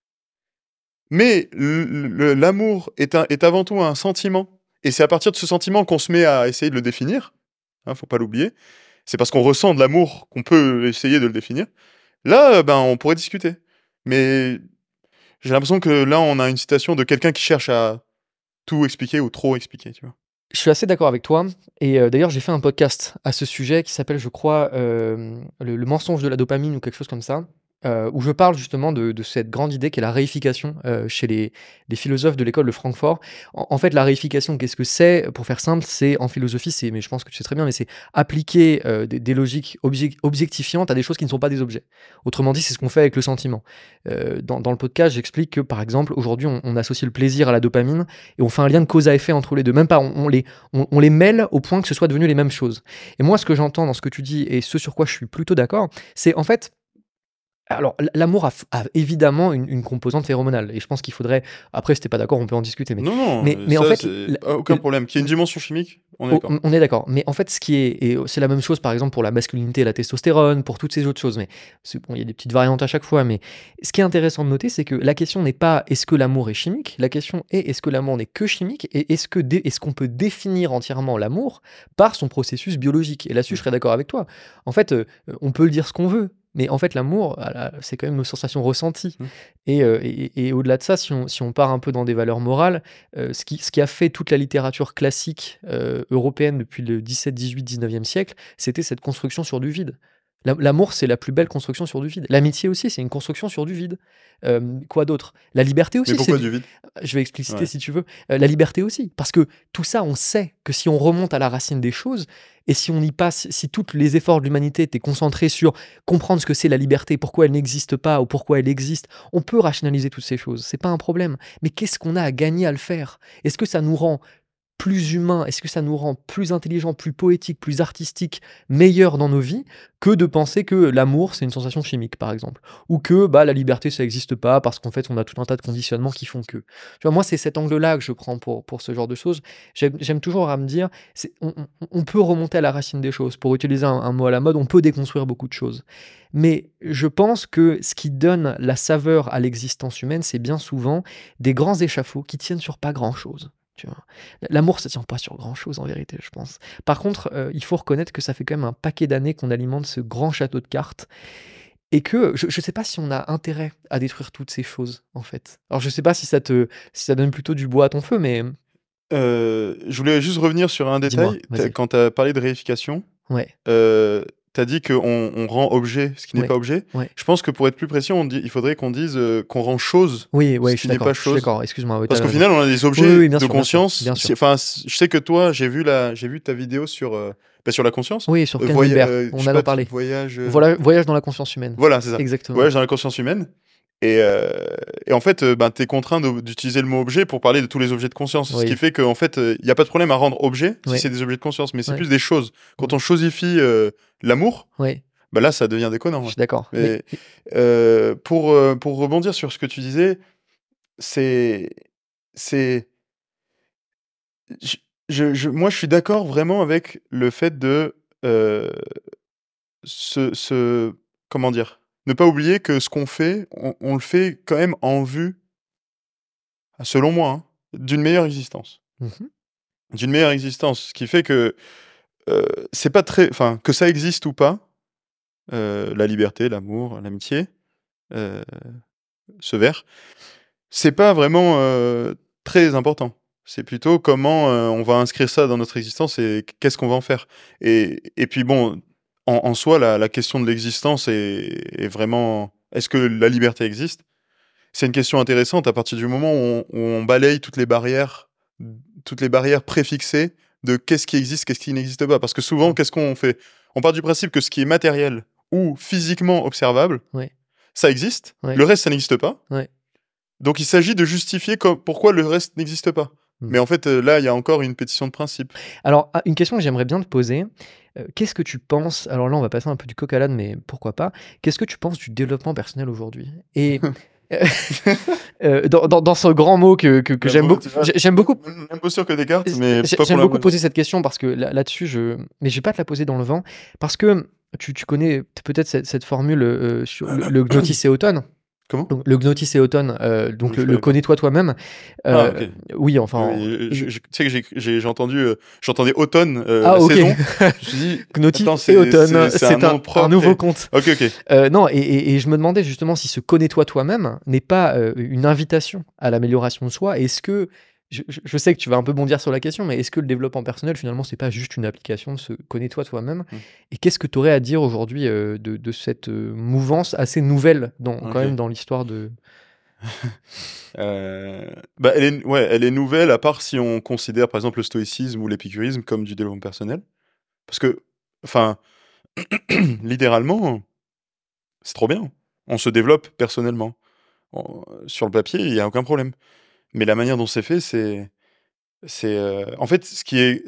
«Mais le le l'amour est un est avant tout un sentiment et c'est à partir de ce sentiment qu'on se met à essayer de le définir», hein, faut pas l'oublier. C'est parce qu'on ressent de l'amour qu'on peut essayer de le définir. Là, heu, ben, on pourrait discuter. Mais j'ai l'impression que là, on a une citation de quelqu'un qui cherche à tout expliquer ou trop expliquer, tu vois? Je suis assez d'accord avec toi et heu, d'ailleurs, j'ai fait un podcast à ce sujet qui s'appelle, je crois, hem, le le mensonge de la dopamine ou quelque chose comme ça, heu, où je parle justement de de cette grande idée qu'est la réification, heu, chez les les philosophes de l'école de Francfort. En en fait, la réification, qu'est-ce que c'est? Pour faire simple, c'est en philosophie, c'est mais je pense que tu sais très bien, mais c'est appliquer, heu, des des logiques objec objectifiantes à des choses qui ne sont pas des objets. Autrement dit, c'est ce qu'on fait avec le sentiment. Heu, dans dans le podcast, j'explique que, par exemple, aujourd'hui, on on associe le plaisir à la dopamine et on fait un lien de cause à effet entre les deux. Même pas, on on les on on les mêle au point que ce soit devenu les mêmes choses. Et moi, ce que j'entends dans ce que tu dis et ce sur quoi je suis plutôt d'accord, c'est en fait alors, l l'amour a f a évidemment une une composante phéromonale et je pense qu'il faudrait après si tu es pas d'accord, on peut en discuter, mais Non, non, mais heu, mais en ça, fait, c'est l ah, aucun l problème. Qu'il y ait une dimension chimique, on est Oh, d'accord. on on est d'accord, mais en fait, ce qui est et c'est la même chose, par exemple, pour la masculinité et la testostérone, pour toutes ces autres choses, mais c'est bon, il y a des petites variantes à chaque fois, mais ce qui est intéressant de noter, c'est que la question n'est pas: «Est-ce que l'amour est chimique?» La question est: «Est-ce que l'amour n'est que chimique?» Et est-ce que dé est-ce qu'on peut définir entièrement l'amour par son processus biologique? Et là-dessus, je Mmh. serais d'accord avec toi. En fait, heu, on peut le dire ce qu'on veut, mais en fait, l'amour, ah là, c'est quand même nos sensations ressenties Mmh. et heu et et au-delà de ça, si on si on part un peu dans des valeurs morales, Heu, ce qui ce qui a fait toute la littérature classique, heu, européenne depuis le dix-sept, dix-huit, dix-neuvième siècle, c'était cette construction sur du vide. L'a l'amour, c'est la plus belle construction sur du vide. L'amitié aussi, c'est une construction sur du vide. Hem, quoi d'autre? La liberté Mais aussi, c'est pourquoi du du vide? je vais expliciter Ouais. si tu veux. Heu, la liberté aussi, parce que tout ça, on sait que si on remonte à la racine des choses et si on y passe si tous les efforts de l'humanité étaient concentrés sur comprendre ce que c'est la liberté, pourquoi elle n'existe pas ou pourquoi elle existe, on peut rationaliser toutes ces choses, c'est pas un problème. Mais qu'est-ce qu'on a à gagner à le faire? Est-ce que ça nous rend plus humain? Est-ce que ça nous rend plus intelligent, plus poétique, plus artistique, meilleur dans nos vies, que de penser que l'amour, c'est une sensation chimique, par exemple? Ou que, bah, la liberté, ça n'existe pas parce qu'en fait, on a tout un tas de conditionnements qui font que. Tu vois, moi, c'est cet angle-là que je prends pour pour ce genre de choses. J'aime j'aime toujours à me dire, c'est on on on peut remonter à la racine des choses. Pour utiliser un un mot à la mode, on peut déconstruire beaucoup de choses. Mais je pense que ce qui donne la saveur à l'existence humaine, c'est bien souvent des grands échafauds qui tiennent sur pas grand-chose. tu vois? L'amour, ça tient pas sur grand-chose en vérité, je pense. Par contre, heu, il faut reconnaître que ça fait quand même un paquet d'années qu'on alimente ce grand château de cartes et que je je sais pas si on a intérêt à détruire toutes ces choses, en fait. Alors je sais pas si ça te si ça donne plutôt du bois à ton feu, mais Heu, je voulais juste revenir sur un dis-moi, détail. Tu vas-y. Quand tu as parlé de réification, Ouais, heu, tu as dit qu'on on rend objet ce qui n'est ouais, pas objet. ouais. Je pense que pour être plus précis, on dit il faudrait qu'on dise, heu, qu'on rend chose Oui, ouais, ce je suis qui n'est pas d'accord, je suis chose. d'accord, excuse-moi, oui, tu Parce avais qu'au raison. final, on a des Oui, oui, objets oui, bien de sûr, bien sûr, conscience. bien C'est sûr. enfin, s je sais que toi, j'ai vu la j'ai vu ta vidéo sur, heu, bah, sur la conscience. Oui, sur Heu, Ken voya Wilber, heu, je on sais allait en pas, t parler. voyage, heu Voilà, Voyage dans la conscience humaine. voilà, c'est ça. Exactement. Voyage dans la conscience humaine et heu et en fait, heu, ben, tu es contraint de d'utiliser le mot objet pour parler de tous les objets de conscience. Ce qui Oui, fait qu'en fait, il y a pas de problème à rendre objet si ouais, c'est des objets de conscience, mais c'est ouais, plus des choses. Quand ouais, on chosifie, heu, l'amour, ouais, bah, là, ça devient déconnant, je ouais. suis d'accord. Mais Mais, heu, pour, heu, pour rebondir sur ce que tu disais, c'est c'est je je je moi, je suis d'accord vraiment avec le fait de, heu, se se comment dire? Ne pas oublier que ce qu'on fait, on on le fait quand même en vue, selon moi, hein, d'une meilleure existence. mmh D'une meilleure existence. Ce qui fait que, heu, c'est pas très enfin, que ça existe ou pas, heu, la liberté, l'amour, l'amitié, heu, ce vers, c'est pas vraiment, heu, très important. C'est plutôt comment, heu, on va inscrire ça dans notre existence et qu'est-ce qu'on va en faire? Et et puis bon, en en soi, la la question de l'existence est est vraiment est-ce que la liberté existe? C'est une question intéressante à partir du moment où on où on balaye toutes les barrières, toutes les barrières préfixées de qu'est-ce qui existe, qu'est-ce qui n'existe pas. Parce que souvent, Mmh. qu'est-ce qu'on fait? On part du principe que ce qui est matériel ou physiquement observable, Ouais, ça existe, ouais, le reste, ça n'existe pas. ouais. Donc il s'agit de justifier co pourquoi le reste n'existe pas. Mmh. Mais en fait, heu, là, il y a encore une pétition de principe. Alors, ah, une question que j'aimerais bien te poser, heu, qu'est-ce que tu penses alors là, on va passer un peu du coq à l'âne, mais pourquoi pas. Qu'est-ce que tu penses du développement personnel aujourd'hui? Et heu, dans dans dans ce grand mot que que que j'aime L'impo beaucoup tu vois? j'ai j'aime beaucoup Même l'imposture que Descartes, J mais j'ai pas pour j'aime la beaucoup bonne poser raison. cette question parce que là là-dessus je mais je vais pas te la poser dans le vent parce que tu tu connais peut-être cette cette formule, heu, sur le le Gnotis et Automne. Comment? Donc le Gnotis et Automne, heu, Non, donc je le le connais pas. connais-toi toi-même. Ah Heu, OK. oui, Oui, enfin oui, je et je tu sais que j'ai j'ai j'ai entendu, heu, j'entendais automne, heu, ah la OK. saison. Je me suis dit: Gnotif «Attends, et c'est c'est Automne, c'est un c'est un nom un propre nouveau et» conte. OK, OK. Heu, non et et et je me demandais justement si ce «connais-toi toi-même» n'est pas, heu, une invitation à l'amélioration de soi. Est-ce que je je je sais que tu vas un peu bondir sur la question, mais est-ce que le développement personnel finalement c'est pas juste une application de ce «connais-toi toi-même» Mmh. et qu'est-ce que tu aurais à dire aujourd'hui, heu, de de cette, heu, mouvance assez nouvelle dans quand même OK. dans l'histoire de Heu, bah, elle est ouais, elle est nouvelle à part si on considère par exemple le stoïcisme ou l'épicurisme comme du développement personnel. Parce que enfin, littéralement, c'est trop bien. On se développe personnellement. On sur le papier, il y a aucun problème. Mais la manière dont c'est fait, c'est c'est, heu, en fait, ce qui est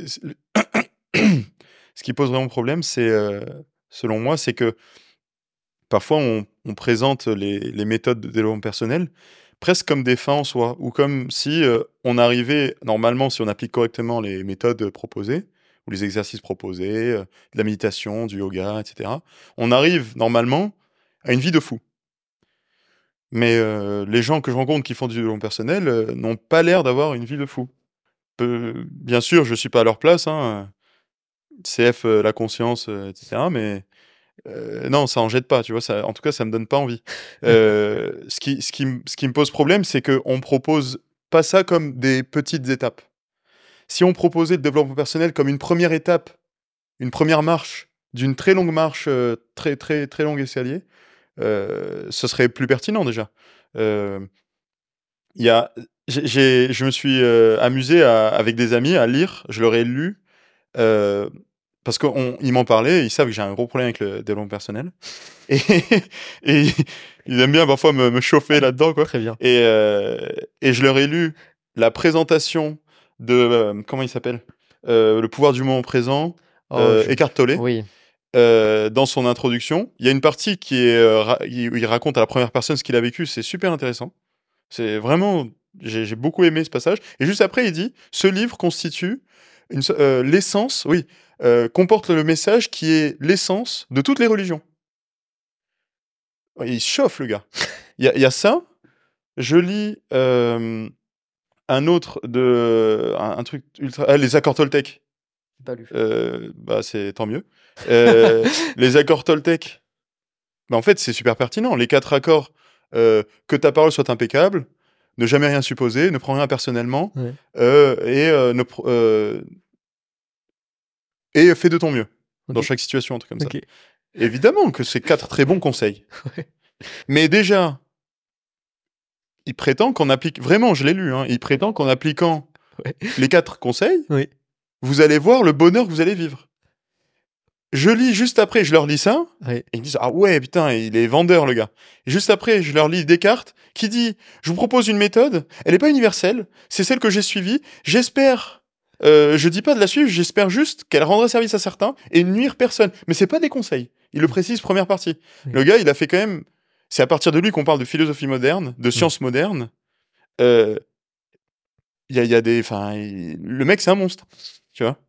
ce qui pose vraiment problème, c'est, heu, selon moi, c'est que parfois on on présente les les méthodes de développement personnel presque comme des fins en soi ou comme si, heu, on arrivait normalement, si on applique correctement les méthodes proposées ou les exercices proposés, heu, de la méditation, du yoga et cetera. On arrive normalement à une vie de fou. Mais, heu, les gens que je rencontre qui font du développement personnel, heu, n'ont pas l'air d'avoir une vie de fou. Peu bien sûr, je suis pas à leur place, hein, C F, heu, la conscience, heu, et cetera, mais heu, non, ça en jette pas, tu vois? Ça en tout cas, ça me donne pas envie. Heu, ce qui ce qui m ce qui me pose problème, c'est qu'on propose pas ça comme des petites étapes. Si on proposait le développement personnel comme une première étape, une première marche d'une très longue marche, heu, très, très, très long escalier, heu, ce serait plus pertinent déjà. Hem, il y a j'ai j'ai je me suis, heu, amusé à avec des amis à lire, je leur ai lu. Heu, Parce qu'ils m'en parlaient, ils savent que j'ai un gros problème avec le développement personnel et et ils aiment bien parfois me me chauffer là-dedans, quoi très bien. et heu et je leur ai lu la présentation de, hem, comment il s'appelle? Heu, Le pouvoir du moment présent, Oh heu, je Eckhart Tolle, oui. heu, dans son introduction. Il y a une partie qui est, heu, ra il où il raconte à la première personne ce qu'il a vécu, c'est super intéressant. C'est vraiment j'ai j'ai beaucoup aimé ce passage et juste après il dit: «Ce livre constitue une se heu, l'essence» oui, heu, «comporte le message qui est l'essence de toutes les religions». Ouais, il chauffe le gars. Il y a il y a ça, je lis, hem, un autre de un un truc ultra ah, les accords Toltec. Pas lu. Heu, bah, c'est tant mieux. Heu, les accords Toltec, bah, en fait, c'est super pertinent. Les quatre accords, heu, que ta parole soit impeccable, ne jamais rien supposer, ne prends rien personnellement, Ouais. heu et heu, ne pr heu et fais de ton mieux, dans OK. chaque situation, un truc comme ça. OK. Évidemment que c'est quatre très bons conseils. Ouais. Mais déjà il prétend qu'en applique vraiment, je l'ai lu, hein, il prétend qu'en appliquant Ouais. les quatre conseils, Oui. vous allez voir le bonheur que vous allez vivre. Je lis juste après, je leur lis ça, Ouais. et ils me disent: «Ah ouais, putain, il est vendeur le gars». Et juste après, je leur lis Descartes qui dit: «Je vous propose une méthode, elle est pas universelle, c'est celle que j'ai suivie. J'espère, heu, je dis pas de la suivre, j'espère juste qu'elle rendra service à certains et nuire personne». Mais c'est pas des conseils. Il le Mmh. précise, première partie. Oui. Le gars, il a fait quand même c'est à partir de lui qu'on parle de philosophie moderne, de Mmh. sciences modernes. Heu, il y a il y a des enfin, il le mec, c'est un monstre, tu vois?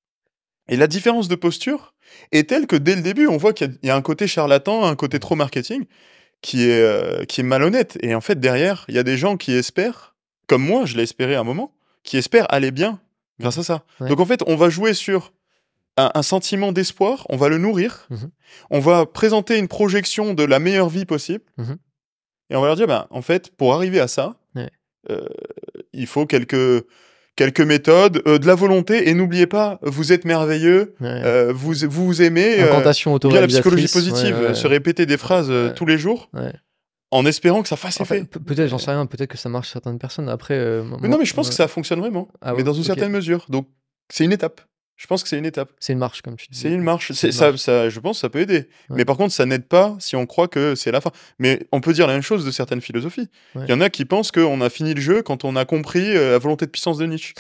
Et la différence de posture est telle que dès le début, on voit qu'il y a il y a un côté charlatan, un côté trop marketing qui est, heu, qui est malhonnête et en fait derrière, il y a des gens qui espèrent, comme moi je l'ai espéré à un moment, qui espèrent aller bien grâce Mmh. à ça. Ouais. Donc en fait, on va jouer sur un un sentiment d'espoir, on va le nourrir, Mmh mh. on va présenter une projection de la meilleure vie possible Mmh mh. et on va leur dire: «Ben, en fait, pour arriver à ça, Ouais. heu, il faut quelques quelques méthodes, heu, de la volonté et n'oubliez pas, vous êtes merveilleux, Ouais. heu, vous vous vous aimez, heu» Incantation ou bien la psychologie autoréalisatrice. Ouais, positive, heu, ouais. se répéter des phrases, heu, Ouais. tous les jours, Ouais. en espérant que ça fasse En fait, effet. peut peut-être, j'en sais rien, peut-être que ça marche sur certaines personnes. Après, heu, moi Mais non, moi mais je pense que ouais. ça fonctionne vraiment, Ah mais ouais? dans une OK. certaine mesure, donc c'est une étape. Je pense que c'est une étape. C'est une marche comme tu C'est disais, une quoi. marche, C'est c'est une ça marche. ça je pense que ça peut aider. Ouais. Mais par contre, ça n'aide pas si on croit que c'est la fin. Mais on peut dire la même chose de certaines philosophies. Il Ouais. y en a qui pensent qu'on a fini le jeu quand on a compris, heu, la volonté de puissance de Nietzsche.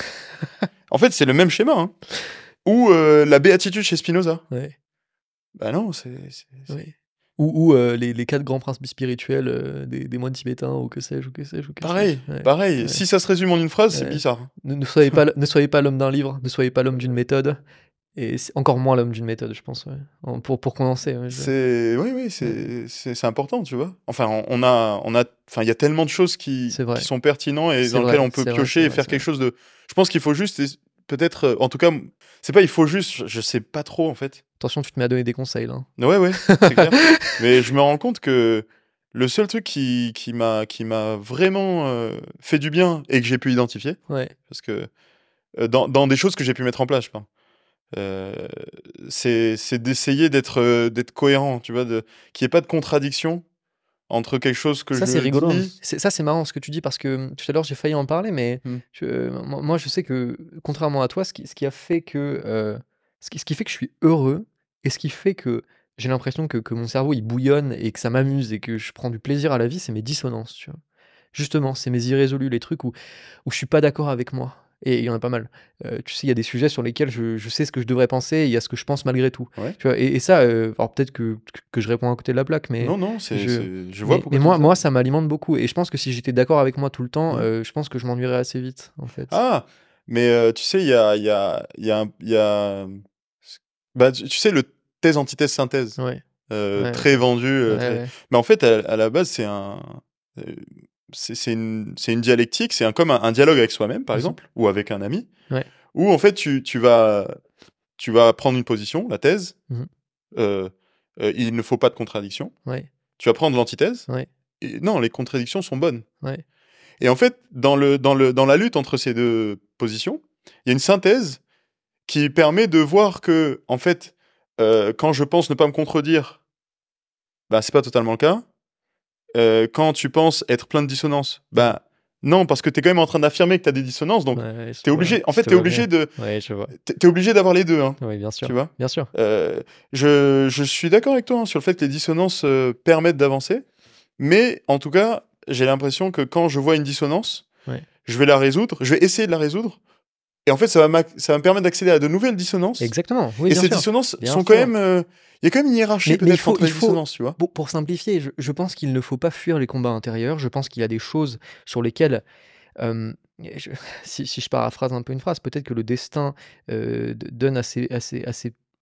En fait, c'est le même schéma, hein. Ou, heu, la béatitude chez Spinoza. Ouais. Bah non, c'est c'est c'est Oui. Ou ou heu, les les quatre grands principes spirituels, heu, des des moines tibétains ou que sais-je, ou que sais-je, ou que sais-je. pareil, Ouais, pareil. ouais, Si ça se résume en une phrase, c'est ouais. bizarre. Ne ne soyez pas l ne soyez pas l'homme d'un livre, ne soyez pas l'homme d'une méthode et c'est encore moins l'homme d'une méthode, je pense, ouais. En pour pour condenser, ouais, je C'est oui, oui, ouais, c'est c'est c'est important, tu vois? Enfin, on on a on a enfin, il y a tellement de choses qui c'est qui vrai, sont pertinents et c'est dans lesquelles vrai, on peut c'est vrai, c'est piocher et vrai, faire c'est quelque vrai. chose de je pense qu'il faut juste es peut-être, heu, en tout cas, m c'est pas il faut juste, je je sais pas trop, en fait. Attention, tu te mets à donner des conseils là, Ouais, ouais, c'est clair. hein. Mais je me rends compte que le seul truc qui qui m'a qui m'a vraiment, heu, fait du bien et que j'ai pu identifier, Ouais, parce que, heu, dans dans des choses que j'ai pu mettre en place, je parle. Heu, c'est c'est d'essayer d'être, heu, d'être cohérent, tu vois? De qu'il y ait pas de contradiction entre quelque chose que ça c'est je rigolo, hein. dis C'est ça c'est marrant ce que tu dis parce que, mmh, tout à l'heure j'ai failli en parler mais mmh, je moi moi je sais que contrairement à toi, ce qui ce qui a fait que, heu, ce qui ce qui fait que je suis heureux et ce qui fait que j'ai l'impression que que mon cerveau il bouillonne et que ça m'amuse et que je prends du plaisir à la vie, c'est mes dissonances, tu vois? Justement, c'est mes irrésolus, les trucs où où je suis pas d'accord avec moi et il y en a pas mal. Heu, tu sais, il y a des sujets sur lesquels je je sais ce que je devrais penser et il y a ce que je pense malgré tout, ouais. tu vois? Et et ça, heu, alors peut-être que que je réponds à côté de la plaque, mais Non, non, c'est je c'est je vois mais mais pourquoi tu dis moi ça. moi ça m'alimente beaucoup et je pense que si j'étais d'accord avec moi tout le temps, Mmh. heu, je pense que je m'ennuierais assez vite, en fait. Ah! Mais, heu, tu sais, il y a il y a il y a un il y a, mmh, c bah, tu tu sais, le thèse, antithèse, synthèse, Ouais, heu, ouais, très vendu, ouais, heu, très ouais. mais en fait, à à la base, c'est un, heu, c'est c'est une c'est une dialectique, c'est un comme un un dialogue avec soi-même, par Mmh mh. exemple, ou avec un ami, Ouais. où en fait, tu tu vas tu vas prendre une position, la thèse, Mmh mh. heu heu, il ne faut pas de contradiction. Ouais, Tu vas prendre l'antithèse ouais, et non, les contradictions sont bonnes. ouais. Et en fait, dans le dans le dans la lutte entre ces deux positions, il y a une synthèse qui permet de voir que, en fait, heu, quand je pense ne pas me contredire, bah, c'est pas totalement le cas. Heu, quand tu penses être plein de dissonances, Mmh mh. bah, non, parce que tu es quand même en train d'affirmer que tu as des dissonances, donc Ouais, ouais, je tu es vois, obligé en je fait, te tu es vois bien. obligé de Ouais, je vois. tu es tu es obligé d'avoir les deux, hein, Oui, bien tu sûr, vois? bien sûr. Heu, je je suis d'accord avec toi, hein, sur le fait que les dissonances, heu, permettent d'avancer, mais en tout cas, j'ai l'impression que quand je vois une dissonance, Ouais. je vais la résoudre, je vais essayer de la résoudre. Et en fait, ça va m'ac ça va me permettre d'accéder à de nouvelles dissonances Exactement, oui, et bien ces sûr, dissonances bien sont quand sûr. même, heu, il y a quand même une hiérarchie Mais mais il peut-être faut entre il les faut dissonances, tu vois? pour pour simplifier, je je pense qu'il ne faut pas fuir les combats intérieurs. Je pense qu'il y a des choses sur lesquelles, hem, je si si je paraphrase un peu une phrase, peut-être que le destin, heu, d donne à ses à ses à ses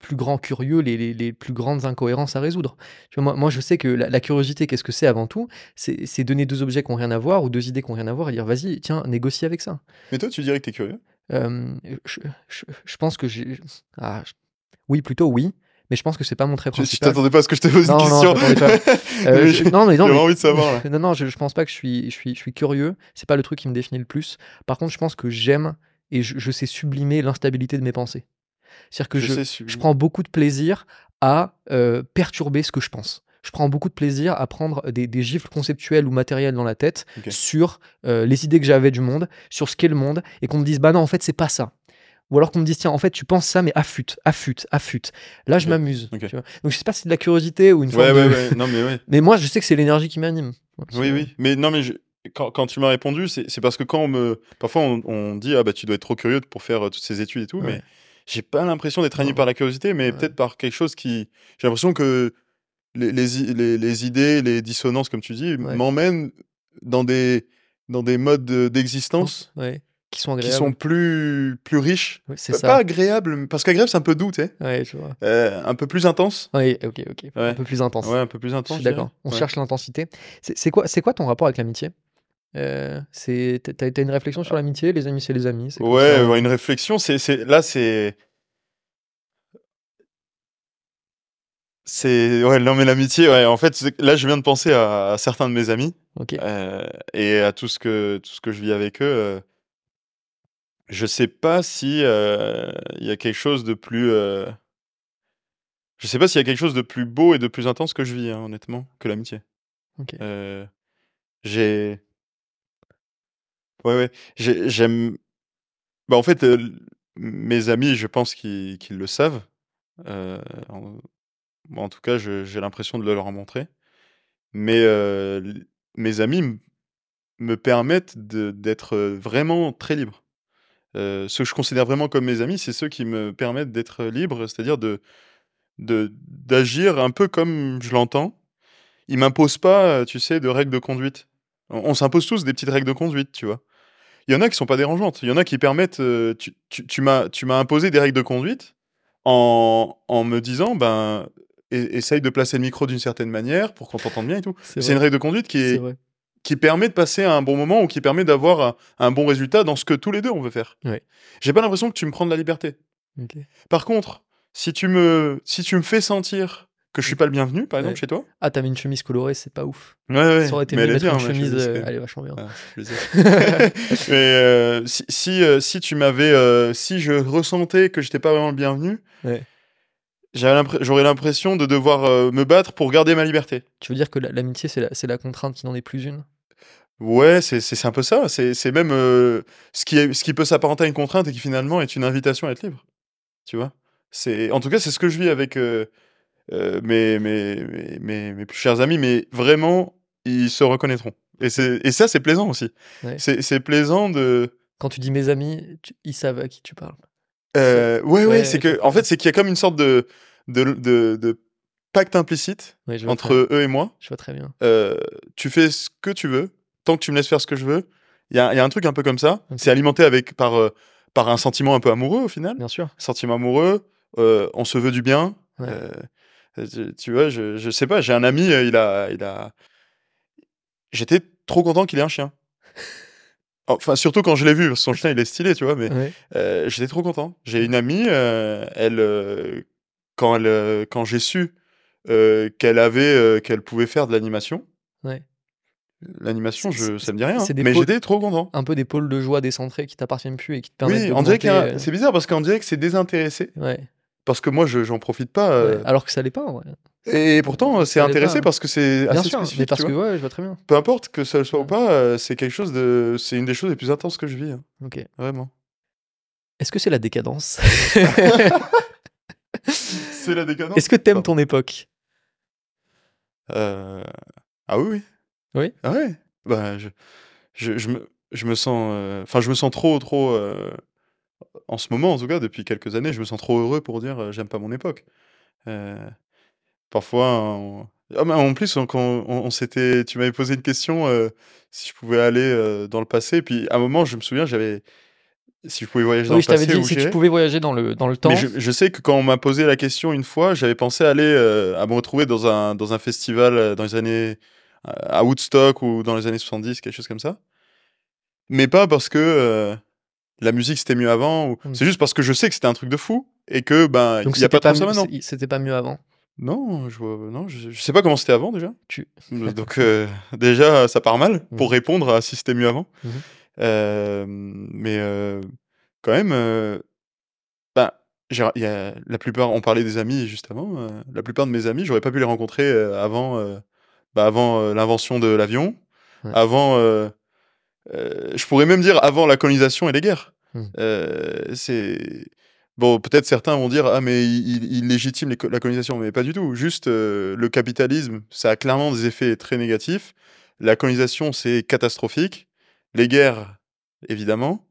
plus grands curieux, les les les plus grandes incohérences à résoudre. Tu vois? Moi moi, je sais que la la curiosité, qu'est-ce que c'est avant tout? C'est c'est donner deux objets qui ont rien à voir ou deux idées qui ont rien à voir et dire: «Vas-y, tiens, négocie avec ça». Mais toi, tu dirais que tu es curieux? Hem, je je je pense que j'ai ah, j oui, plutôt oui, mais je pense que c'est pas mon trait Tu tu principal. t'attendais pas à ce que je te pose une Non, non, je question? m'attendais pas. Heu, Mais je j'ai non, mais non, j'ai mais vraiment envie de savoir là. non, non, je je pense pas que je suis je suis je suis curieux, c'est pas le truc qui me définit le plus. Par contre, je pense que j'aime et je je sais sublimer l'instabilité de mes pensées. C'est-à-dire que Je je sais je sublimer. prends beaucoup de plaisir à, heu, perturber ce que je pense. Je prends beaucoup de plaisir à prendre des des gifles conceptuelles ou matérielles dans la tête OK. sur, heu, les idées que j'avais du monde, sur ce qu'est le monde et qu'on me dise: «Bah non, en fait, c'est pas ça». Ou alors qu'on me dise: «Tiens, en fait, tu penses ça, mais affûte, affûte, affûte». Là, je OK. m'amuse, OK. tu vois? Donc je sais pas si c'est de la curiosité ou une Ouais, forme ouais, de ouais. Non, mais ouais. mais moi, je sais que c'est l'énergie qui m'anime. Ouais, c'est Oui, oui. Mais non, mais je quand quand tu m'as répondu, c'est c'est parce que quand on me parfois on on dit: «Ah bah, tu dois être trop curieux pour faire, heu, toutes ces études et tout», mais ouais, j'ai pas l'impression d'être animé non, par la curiosité, mais ouais, peut-être par quelque chose qui j'ai l'impression que les les i les les idées, les dissonances, comme tu dis, ouais. m'emmènent dans des dans des modes, heu, Bon, d'existence ouais, qui sont qui sont agréables. plus plus riches. Oui, c'est P pas ça. agréables, m parce qu'agréable, c'est un peu doux, tu sais? Ouais, je vois. Heu, un peu plus intense. Oui, OK, OK, un Ouais. peu plus Ouais, intense. un peu plus Je intense, suis je dirais. d'accord. On Ouais. cherche l'intensité. C'est c'est quoi c'est quoi ton rapport avec l'amitié? Heu, c'est tu as tu as une réflexion sur l'amitié? Les amis, c'est les amis, c'est comme ça, Ouais, ouais, heu? une réflexion, c'est c'est là, c'est c'est ouais, non, mais l'amitié, ouais, en fait, c'est là, je viens de penser à à certains de mes amis, OK. heu et à tout ce que tout ce que je vis avec eux, heu, je sais pas si, heu, il y a quelque chose de plus, heu, je sais pas s'il y a quelque chose de plus beau et de plus intense que je vis, hein, honnêtement, que l'amitié. OK. Heu, j'ai ouais, ouais, j'ai j'aime bah, en fait, heu, l mes amis, je pense qu'ils qu'ils le savent, heu, en moi, en tout cas, je j'ai l'impression de le leur montrer, mais heu, l mes amis m me permettent de d'être, heu, vraiment très libre. Heu, ceux que je considère vraiment comme mes amis, c'est ceux qui me permettent d'être, libre, c'est-à-dire de de d'agir un peu comme je l'entends. Ils m'imposent pas, heu, tu sais, de règles de conduite. On on s'impose tous des petites règles de conduite, tu vois? Il y en a qui sont pas dérangeantes, il y en a qui permettent, heu, tu tu tu m'as tu m'as imposé des règles de conduite en en me disant: «Ben, e essaye de placer le micro d'une certaine manière pour qu'on t'entende bien et tout». C'est C'est une vrai, règle de conduite qui c'est est vrai. qui permet de passer un bon moment ou qui permet d'avoir un un bon résultat dans ce que tous les deux on veut faire. Ouais, J'ai pas l'impression que tu me prends de la liberté. OK, Par contre, si tu me si tu me fais sentir que je suis OK, pas le bienvenu, par exemple, ouais. chez toi. Ah, tu as mis une chemise colorée, c'est pas ouf. Ouais, Ça ouais, aurait été mais mieux elle de est mettre une bien ma chemise, chemise quand heu, même. elle est vachement bien. Ah, ça fait plaisir. Mais heu, si si, heu, si tu m'avais, heu, si je ressentais que j'étais pas vraiment le bienvenu, Ouais. j'avais l'impré j'aurais l'impression de devoir, heu, me battre pour garder ma liberté. Tu veux dire que l'a l'amitié, c'est la c'est la contrainte qui n'en est plus une? Ouais, c'est c'est c'est un peu ça, c'est c'est même, heu, ce qui est ce qui peut s'apparenter à une contrainte et qui finalement est une invitation à être libre, tu vois? C'est en tout cas, c'est ce que je vis avec, heu heu, mes mes mes mes mes plus chers amis, mais vraiment, ils se reconnaîtront et c'est et ça, c'est plaisant aussi. Ouais. C'est c'est plaisant de Quand tu dis mes amis, tu ils savent à qui tu parles? C'est heu, ouais, ouais, c'est ouais, je vois que très en bien. fait, c'est qu'il y a comme une sorte de de de de pacte implicite Ouais, je vois très entre eux et moi. je vois très bien. Heu, tu fais ce que tu veux, tant que tu me laisses faire ce que je veux. Il y a il y a un truc un peu comme ça. C'est OK, alimenté avec par, heu, par un sentiment un peu amoureux au final. bien sûr. Sentiment amoureux, heu, on se veut du bien, Ouais. heu, tu tu vois? Je je sais pas, j'ai un ami, heu, il a il a j'étais trop content qu'il ait un chien. Enfin, surtout quand je l'ai vu, parce que son chien, il est stylé, tu vois? Mais, Ouais. heu, j'étais trop content. J'ai une amie, heu, elle, heu, quand elle, heu, quand j'ai su, heu, qu'elle avait, heu, qu'elle pouvait faire de l'animation. Ouais. L'animation, C'est c'est je ça c'est me dit rien, hein, c'est des mais pôles j'étais trop content. un peu des pôles de joie décentrés qui t'appartiennent plus et qui te permettent Oui, on dirait qu'il y d'augmenter, a heu c'est bizarre parce qu'on dirait que c'est désintéressé, ouais, parce que moi je j'en profite pas, ouais, heu alors que ça l'est pas en vrai. et Heu, pourtant, heu, c'est ça l'est pas, intéressé hein. parce que c'est Bien assez sûr, mais spécifique, tu parce que vois? ouais, je vois très bien. Peu importe que ça le soit ou Ouais, pas, heu, c'est quelque chose de c'est une des choses les plus intenses que je vis, hein, OK. vraiment. Est-ce que c'est la décadence? C'est la Est-ce décadence? que tu aimes Pardon. ton époque? Heu, ah oui, oui. Oui? Ah ouais. Bah, je je je me je me sens, heu, enfin je me sens trop trop, heu, en ce moment en tout cas depuis quelques années, je me sens trop heureux pour dire, heu: «J'aime pas mon époque». Heu Parfois, on ah mais en plus, on quand on on s'était tu m'avais posé une question, heu, si je pouvais aller, heu, dans le passé, puis à un moment, je me souviens, j'avais Si je pouvais voyager dans Oui, le je t'avais passé, dit où si tu j'irais? pouvais voyager dans le dans le Mais temps. je je sais que quand on m'a posé la question une fois, j'avais pensé aller, heu, à me retrouver dans un dans un festival, heu, dans les années à à Woodstock ou dans les années soixante-dix, quelque chose comme ça. Mais pas parce que, heu, la musique c'était mieux avant ou Mmh. c'est juste parce que je sais que c'était un truc de fou et que, ben, Donc il y a c'était pas pas trop ça mieux maintenant. c'est c'était pas mieux avant? Non, je vois non, je je sais pas comment c'était avant déjà. Tu Heu, donc heu, déjà ça part mal Mmh pour mh. répondre à si c'était mieux avant. Mmh mh. Hem, mais heu, quand même, heu, ben, j'ai il y a la plupart on parlait des amis juste avant, heu, la plupart de mes amis, j'aurais pas pu les rencontrer, heu, avant, heu, bah, avant, heu, l'invention de l'avion, Ouais. avant, heu heu, je pourrais même dire avant la colonisation et les guerres. Mmh. Heu, c'est bon, peut-être certains vont dire: «Ah mais il il il légitime les co la colonisation», mais pas du tout. Juste, heu, le capitalisme, ça a clairement des effets très négatifs. La colonisation, c'est catastrophique. Les guerres, évidemment.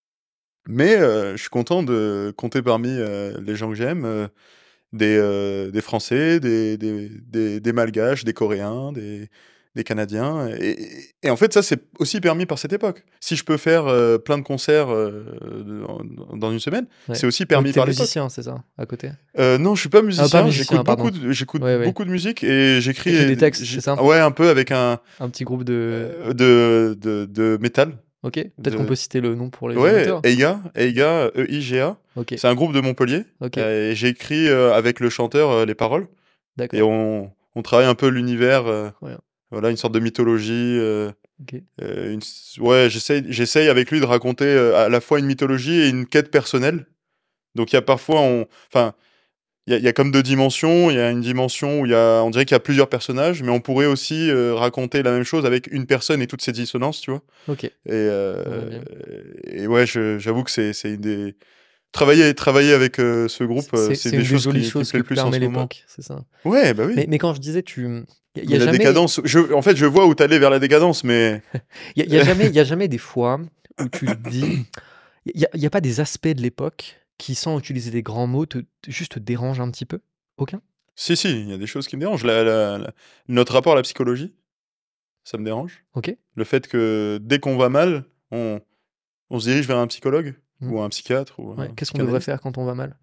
Mais heu, je suis content de compter parmi, heu, les gens que j'aime, heu, des, heu, des Français, des des des des Malgaches, des Coréens, des des Canadiens et et et en fait, ça, c'est aussi permis par cette époque. Si je peux faire, heu, plein de concerts, heu, dans dans une semaine, Ouais. c'est aussi Donc permis tu es par l'époque. musicien, c'est ça? À côté? Heu, non, je suis pas Ah pas musicien, j'écoute musicien, pardon. beaucoup de j'écoute Ouais, ouais. beaucoup de musique et Tu j'écris écris et des textes, c'est j'ai ça? ouais, un peu avec un, Un petit groupe de heu, de de de métal, OK, peut-être qu'on de peut citer le nom pour les ouais, auditeurs? Eiga, Eiga, E I G A. OK, C'est un groupe de Montpellier, heu OK, et j'ai écrit, heu, avec le chanteur, heu, les paroles et d'accord. on on travaille un peu l'univers, heu, Trop bien. voilà, une sorte de mythologie, heu OK. heu, une s ouais, j'essaye j'essaye avec lui de raconter, heu, à la fois une mythologie et une quête personnelle. Donc il y a parfois on enfin, il y a il y a comme deux dimensions. Il y a une dimension où il y a on dirait qu'il y a plusieurs personnages, mais on pourrait aussi, heu, raconter la même chose avec une personne et toutes ses dissonances, tu vois? OK, Et heu je vois bien. et ouais, je j'avoue que c'est c'est une des travailler travailler avec, heu, ce C'est groupe, heu, c'est c'est une c'est des une des choses jolies qui qui me choses plaît que le plus en permet ce moment. l'époque, c'est ça? Ouais, bah, Mais oui, mais quand je disais tu, mmh, il y a y mais a la jamais décadence, je en fait, je vois où tu allais vers la décadence, mais il y a y a jamais il y a jamais des fois où tu te dis il y a y a pas des aspects de l'époque qui, sans utiliser des grands mots, te te juste te dérangent un petit peu? Aucun? si, si, il y a des choses qui me dérangent. La la la notre rapport à la psychologie, ça me dérange. OK. Le fait que dès qu'on va mal, on on se dirige vers un psychologue Mmh. ou un psychiatre ou Ouais. un Qu'est-ce qu'on devrait psychanalyste. faire quand on va mal?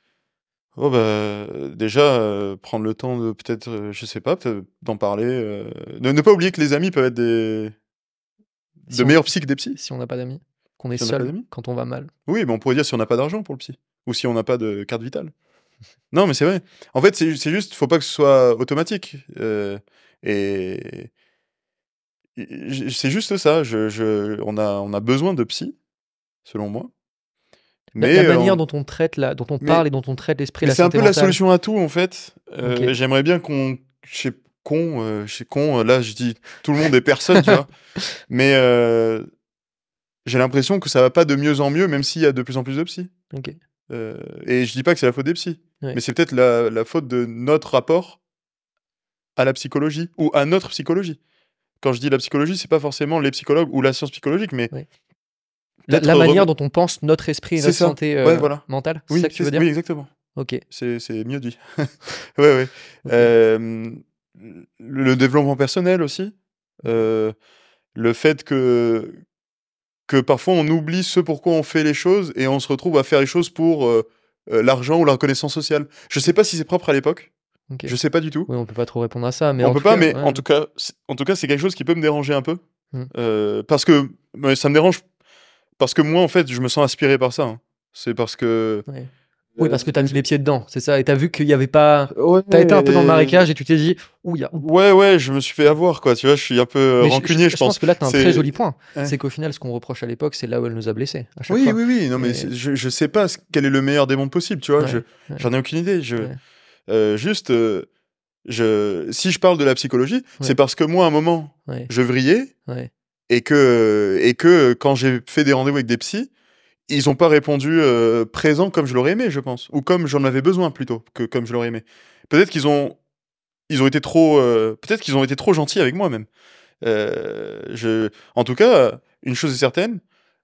Oh bah, déjà, heu, prendre le temps de peut-être, heu, je sais pas, peut d'en parler, heu, ne ne pas oublier que les amis peuvent être des Si de on meilleurs psys que des psys, si on n'a pas d'amis? Qu'on est si on n'a pas seul d'amis. quand on va mal? Oui, mais on pourrait dire si on n'a pas d'argent pour le psy ou si on n'a pas de carte vitale. Non, mais c'est vrai. En fait, c'est c'est juste, faut pas que ce soit automatique, heu et et j c'est juste ça. Je je on a on a besoin de psy, selon moi, La la mais heu, manière on dont on traite la dont on mais parle et dont on traite l'esprit, mais la c'est un santé peu la mentale. solution à tout, en fait. Heu, OK. j'aimerais bien qu'on je sais qu'on, heu, je sais qu'on, là, je dis tout le monde et personne, tu vois? Mais heu, j'ai l'impression que ça va pas de mieux en mieux, même s'il y a de plus en plus de psys. OK. Heu et je dis pas que c'est la faute des psys, Ouais. mais c'est peut-être la la faute de notre rapport à la psychologie ou à notre psychologie. Quand je dis la psychologie, c'est pas forcément les psychologues ou la science psychologique, mais Ouais. La la peut-être manière reme dont on pense notre esprit et c'est notre ça, santé, ouais, heu, voilà. mentale? C'est ça Oui, que tu c'est veux ç dire? oui, exactement. OK, C'est c'est mieux dit. Ouais, ouais. OK. Hem, le développement personnel aussi, heu, le fait que que parfois on oublie ce pourquoi on fait les choses et on se retrouve à faire les choses pour, heu heu, l'argent ou la reconnaissance sociale. Je sais pas si c'est propre à l'époque, OK. je sais pas du tout. Oui, on peut pas trop répondre à ça, mais On en peut tout pas, cas, mais en ouais. tout cas c en tout cas, c'est quelque chose qui peut me déranger un peu, Mmh. heu, parce que mais ça me dérange parce que moi, en fait, je me sens aspiré par ça, hein. C'est parce que, Ouais. Oui, heu, parce que tu as mis j les pieds dedans, c'est ça? Et tu as vu qu'il y avait pas ouais tu as été un peu dans le et marécage et tu t'es dit: «Ouh, il y a oup». ouais, ouais, je me suis fait avoir, quoi, tu vois? Je suis un peu, heu, Mais je je rancunier, je je pense pense. que là, tu as un très C'est joli point. ouais. C'est qu'au final, ce qu'on reproche à l'époque, c'est là où elle nous a blessés, à chaque Oui, fois. oui, oui, non, mais Et c'est je je sais pas ce quel est le meilleur des mondes possibles, tu vois? Je ouais, ouais, j'en ai aucune idée. Je ouais, heu, juste, heu, je si je parle de la psychologie, c'est ouais, parce que moi, à un moment, ouais, je vrillais ouais. et que et que quand j'ai fait des rendez-vous avec des psys, ils ont pas répondu, heu, présent comme je l'aurais aimé, je pense, ou comme j'en avais besoin plutôt que comme je l'aurais aimé. Peut-être qu'ils ont ils ont été trop, heu, peut-être qu'ils ont été trop gentils avec moi même. Heu, je en tout cas, une chose est certaine,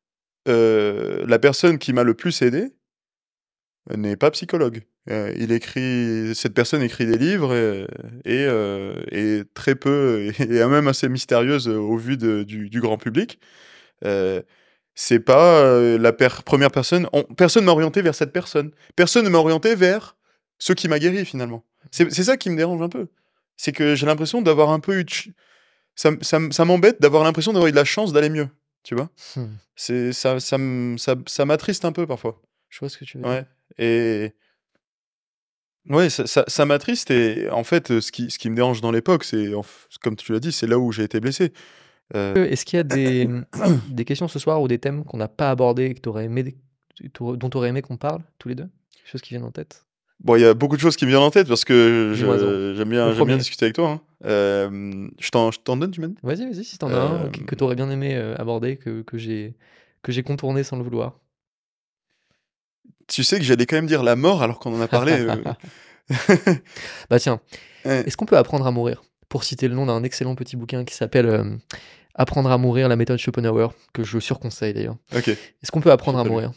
heu, la personne qui m'a le plus aidé n'est pas psychologue. Heu, il écrit cette personne écrit des livres, heu et heu et très peu et et même assez mystérieuse, heu, au vu de du du grand public. Heu c'est pas, heu, la per première personne on personne m'a orienté vers cette personne. Personne ne m'a orienté vers ce qui m'a guéri finalement. C'est c'est ça qui me dérange un peu. C'est que j'ai l'impression d'avoir un peu eu de ch ça m ça m ça m'embête d'avoir l'impression d'avoir eu de la chance d'aller mieux, tu vois? Mmh. C'est ça ça m ça ça m'attriste un peu parfois. Je vois ce que tu veux dire. Ouais et ouais, ça ça ça m'attriste et en fait, heu, ce qui ce qui me dérange dans l'époque, c'est en f comme tu l'as dit, c'est là où j'ai été blessé. Heu, Heu, est-ce qu'il y a des, mmh, des questions ce soir ou des thèmes qu'on n'a pas abordés et que tu aurais aimé d tu tu dont tu aurais aimé qu'on parle tous les deux? Quelque chose qui vienne en tête? bon, il y a beaucoup de choses qui me viennent en tête parce que Dis-moi-en. je j'aime Le bien j'aime bien premier. discuter avec toi, hein. Hem, je t'en je t'en donne, tu m'as dit? Vas-y, vas-y, si tu en as un que que Hem, tu aurais bien aimé, heu, aborder, que que j'ai que j'ai contourné sans le vouloir. Tu sais que j'allais quand même dire la mort alors qu'on en a parlé, heu Bah tiens, ouais, est-ce qu'on peut apprendre à mourir? Pour citer le nom d'un excellent petit bouquin qui s'appelle, hem, Apprendre à mourir, la méthode Schopenhauer, que je surconseille d'ailleurs. OK, Est-ce qu'on peut j'ai apprendre à pas lu. mourir?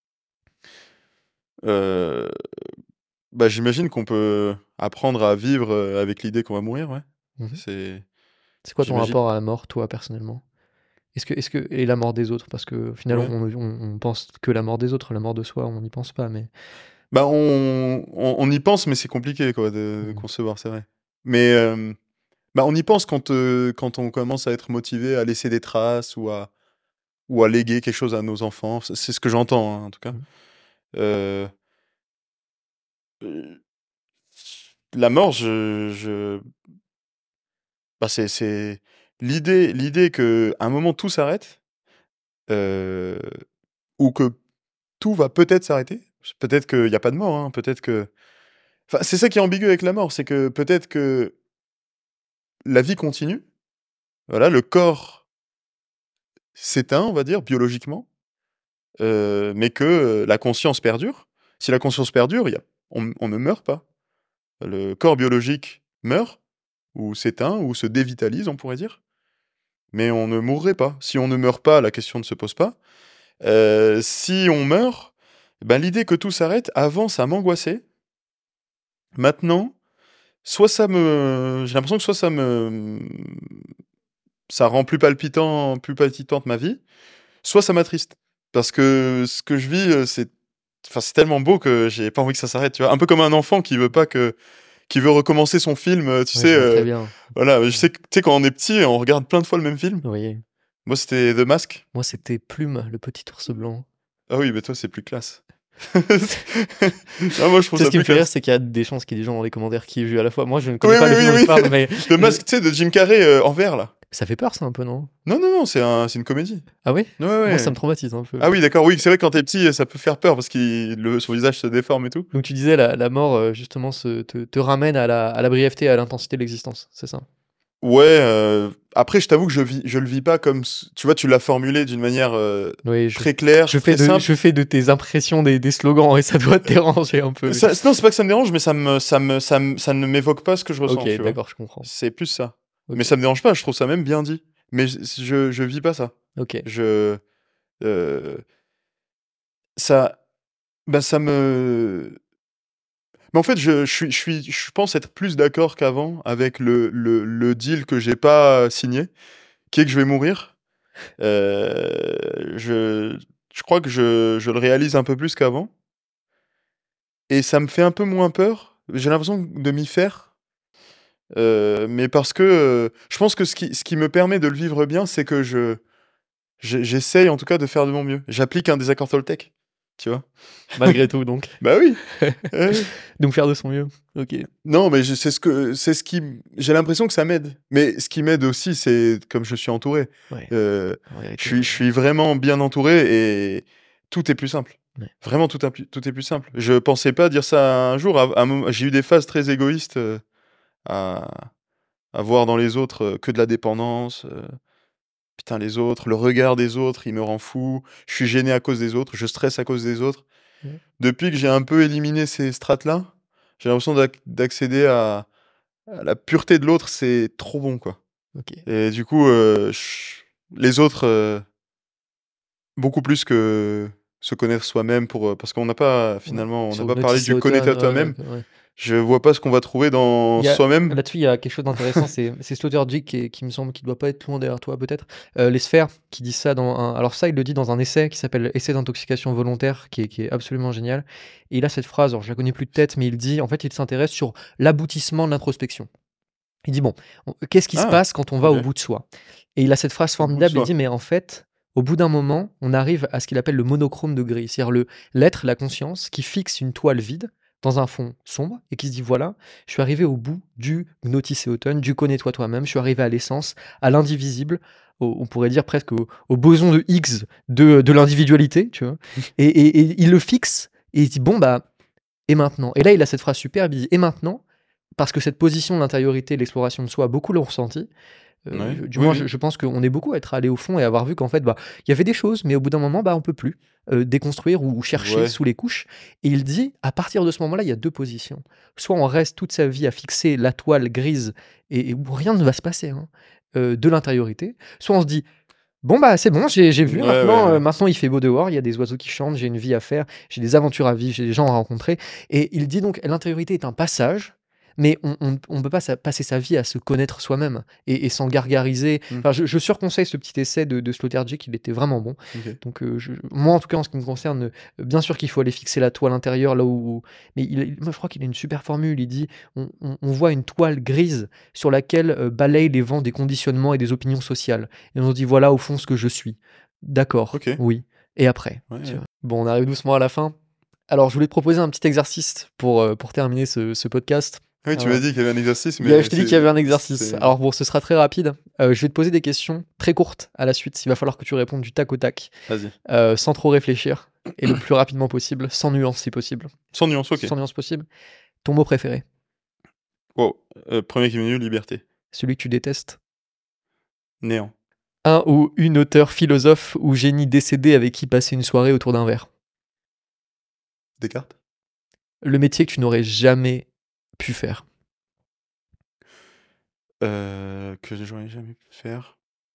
Heu, bah, j'imagine qu'on peut apprendre à vivre, heu, avec l'idée qu'on va mourir, ouais. Mmh. C'est C'est quoi ton j'imagine, rapport à la mort, toi, personnellement? Est-ce que est-ce que et la mort des autres? Parce qu'au final, ouais. on on on pense que la mort des autres, la mort de soi, on n'y pense pas, mais Bah, on on on y pense, mais c'est compliqué quoi de de mmh. concevoir, c'est vrai. Mais, hem, bah, on y pense quand, heu, quand on commence à être motivé à laisser des traces ou à ou à léguer quelque chose à nos enfants. C'est c'est ce que j'entends, hein, en tout cas. Mmh. Heu, heu, la mort, je je bah, c'est c'est l'idée l'idée qu'à un moment tout s'arrête, heu, ou que tout va peut-être s'arrêter. Peut-être qu'il y a pas de mort, hein, peut-être que enfin, c'est ça qui est ambigu avec la mort, c'est que peut-être que la vie continue, voilà, le corps s'éteint, on va dire, biologiquement, heu, mais que, heu, la conscience perdure. Si la conscience perdure, il y a on on ne meurt pas. Le corps biologique meurt ou s'éteint ou se dévitalise, on pourrait dire, mais on ne mourrait pas. Si on ne meurt pas, la question ne se pose pas. Heu, si on meurt, ben, l'idée que tout s'arrête, avant ça m'angoissait. Maintenant, soit ça me j'ai l'impression que soit ça me, mmh, ça rend plus palpitant plus palpitante ma vie, soit ça m'attriste. Parce que ce que je vis, heu, c'est enfin, c'est tellement beau que j'ai pas envie que ça s'arrête, tu vois? Un peu comme un enfant qui veut pas que qui veut recommencer son film, heu, tu Ouais, sais, je vois très heu, bien. voilà, je Mmh. sais que tu sais quand on est petit, on regarde plein de fois le même film. Oui. Moi, c'était The Mask. Moi, c'était Plume, le petit ours blanc. Ah oui, mais toi, c'est plus classe. Ah moi, je Tu trouve sais, ce ça qui me plus fait rire, classe. c'est qu'il y a des chances qu'il y ait des gens dans les commentaires qui aient vu à la fois. Moi, je ne connais Oui, pas oui, le film dont oui, tu parles, oui. mais The heu, Mask, tu sais, de Jim Carrey, heu, en vert, là. ça fait peur ça un peu, non? Non, non, non, c'est un c'est une comédie. Ah ouais? Ouais, Moi, ça ouais. me traumatise un peu. Ah oui, d'accord, oui, c'est vrai que quand tu es petit, ça peut faire peur parce qu'il le son visage se déforme et tout. Donc tu disais la la mort, heu, justement se te te ramène à la à la brièveté, à l'intensité de l'existence, c'est ça? Ouais, heu, après je t'avoue que je vis je le vis pas comme c tu vois, tu l'as formulé d'une manière, heu, Oui, je très claire, je fais très de simple. je fais de tes impressions des des slogans et ça doit te déranger un peu. Ça non, c'est pas que ça me dérange, mais ça me ça me ça me ça ne m'évoque pas ce que je OK, ressens, tu vois? d'accord, je comprends. C'est plus ça. Mais OK, ça me dérange pas, je trouve ça même bien dit. Mais j je je vis pas ça. OK. Je, heu, ça bah, ça me mais en fait, je je suis je suis je pense être plus d'accord qu'avant avec le le le deal que j'ai pas signé, qui est que je vais mourir. Heu, je je crois que je je le réalise un peu plus qu'avant et ça me fait un peu moins peur. J'ai l'impression de m'y faire. Heu, mais parce que, heu, je pense que ce qui ce qui me permet de le vivre bien, c'est que je j'e j'essaye en tout cas de faire de mon mieux. J'applique un désaccord Toltec, tu vois? Malgré tout donc. Bah oui, oui, oui. Donc faire de son mieux. OK. Non, mais je c'est ce que c'est ce qui m j'ai l'impression que ça m'aide. Mais ce qui m'aide aussi, c'est comme je suis entouré. Ouais, Heu, en je vérité, suis je ouais. suis vraiment bien entouré et tout est plus simple. Ouais. Vraiment tout a plus tout est plus simple. Je pensais pas dire ça un jour, à à un moment j'ai eu des phases très égoïstes, heu, à à voir dans les autres, heu, que de la dépendance, heu putain, les autres, le regard des autres, il me rend fou. Je suis gêné à cause des autres, je stresse à cause des autres. Mmh. Depuis que j'ai un peu éliminé ces strates-là, j'ai l'impression d'ac d'accéder à à la pureté de l'autre, c'est trop bon, quoi. OK. Et du coup, heu, ch les autres, heu, beaucoup plus que se connaître soi-même pour, heu parce qu'on n'a pas Ouais. finalement, on n'a Sur pas parlé Notice du «connais-toi Automne, ouais, toi-même». ouais, ouais. Je vois pas ce qu'on va trouver dans Il y a soi-même. là-dessus, il y a quelque chose d'intéressant, c'est c'est Sloterdijk qui est qui me semble qui doit pas être loin derrière toi peut-être, heu, Les Sphères qui dit ça dans un alors ça, il le dit dans un essai qui s'appelle «Essai d'intoxication volontaire» qui est qui est absolument génial et il a cette phrase, alors je la connais plus de tête, mais il dit en fait, il s'intéresse sur l'aboutissement de l'introspection. Il dit: «Bon, on qu'est-ce qui se Ah! passe quand on va au OK. bout de soi?» Et il a cette phrase Au bout de formidable, il dit: soi. «Mais en fait, au bout d'un moment, on arrive à ce qu'il appelle le monochrome de gris». C'est-à-dire le l'être, la conscience qui fixe une toile vide dans un fond sombre et qui se dit: «Voilà, je suis arrivé au bout du Gnotisséauton, du connais-toi toi-même, je suis arrivé à l'essence, à l'indivisible, au on pourrait dire presque au au boson de Higgs de de l'individualité», tu vois? Et et et il le fixe et il se dit: «Bon, bah, et maintenant?» Et là, il a cette phrase superbe, il dit: «Et maintenant?» Parce que cette position de l'intériorité, de l'exploration de soi, beaucoup l'ont ressenti. Heu, Ouais. je du Oui, moins, je oui. je pense qu'on est beaucoup à être allés au fond et avoir vu qu'en fait, bah, il y avait des choses, mais au bout d'un moment, bah, on peut plus, heu, déconstruire ou ou chercher Ouais. sous les couches et il dit: «À partir de ce moment-là, il y a deux positions. Soit on reste toute sa vie à fixer la toile grise et et où rien ne va se passer, hein, heu, de l'intériorité, soit on se dit: "Bon, bah, c'est bon, j'ai j'ai vu Ouais, ouais, maintenant, heu, ouais. maintenant il fait beau dehors, il y a des oiseaux qui chantent, j'ai une vie à faire, j'ai des aventures à vivre, j'ai des gens à rencontrer" et il dit donc: «L'intériorité est un passage, mais on on on peut pas sa passer sa vie à se connaître soi-même et et s'en gargariser». Mmh. Enfin, je je surconseille ce petit essai de de Sloterdijk, il était vraiment bon. OK. Donc, heu, je moi, en tout cas, en ce qui me concerne, heu, bien sûr qu'il faut aller fixer la toile intérieure là où mais il il moi, je crois qu'il a une super formule. Il dit: «On on on voit une toile grise sur laquelle, heu, balayent les vents des conditionnements et des opinions sociales et on se dit: "Voilà, au fond, ce que je suis". D'accord, OK. oui et après?» Ouais, Tu ouais. vois? Bon, on arrive doucement à la fin. Alors, je voulais te proposer un petit exercice pour, heu, pour terminer ce ce podcast. Oui, tu m'as Heu, dit qu'il y avait un exercice, il y a mais je t'ai dit c'est qu'il y avait un exercice. c'est Alors bon, ce sera très rapide. Heu, je vais te poser des questions très courtes à la suite. Il va falloir que tu répondes du tac au tac, vas-y. heu, sans trop réfléchir et le plus rapidement possible, sans nuance si possible. Sans nuance, OK. Sans nuance possible. Ton mot préféré? Wow, heu, premier qui m'est venu, liberté. Celui que tu détestes? Néant. Un ou une auteur, philosophe ou génie décédé avec qui passer une soirée autour d'un verre? Descartes? Le métier que tu n'aurais jamais pu faire? Heu, que j'aurais jamais pu faire.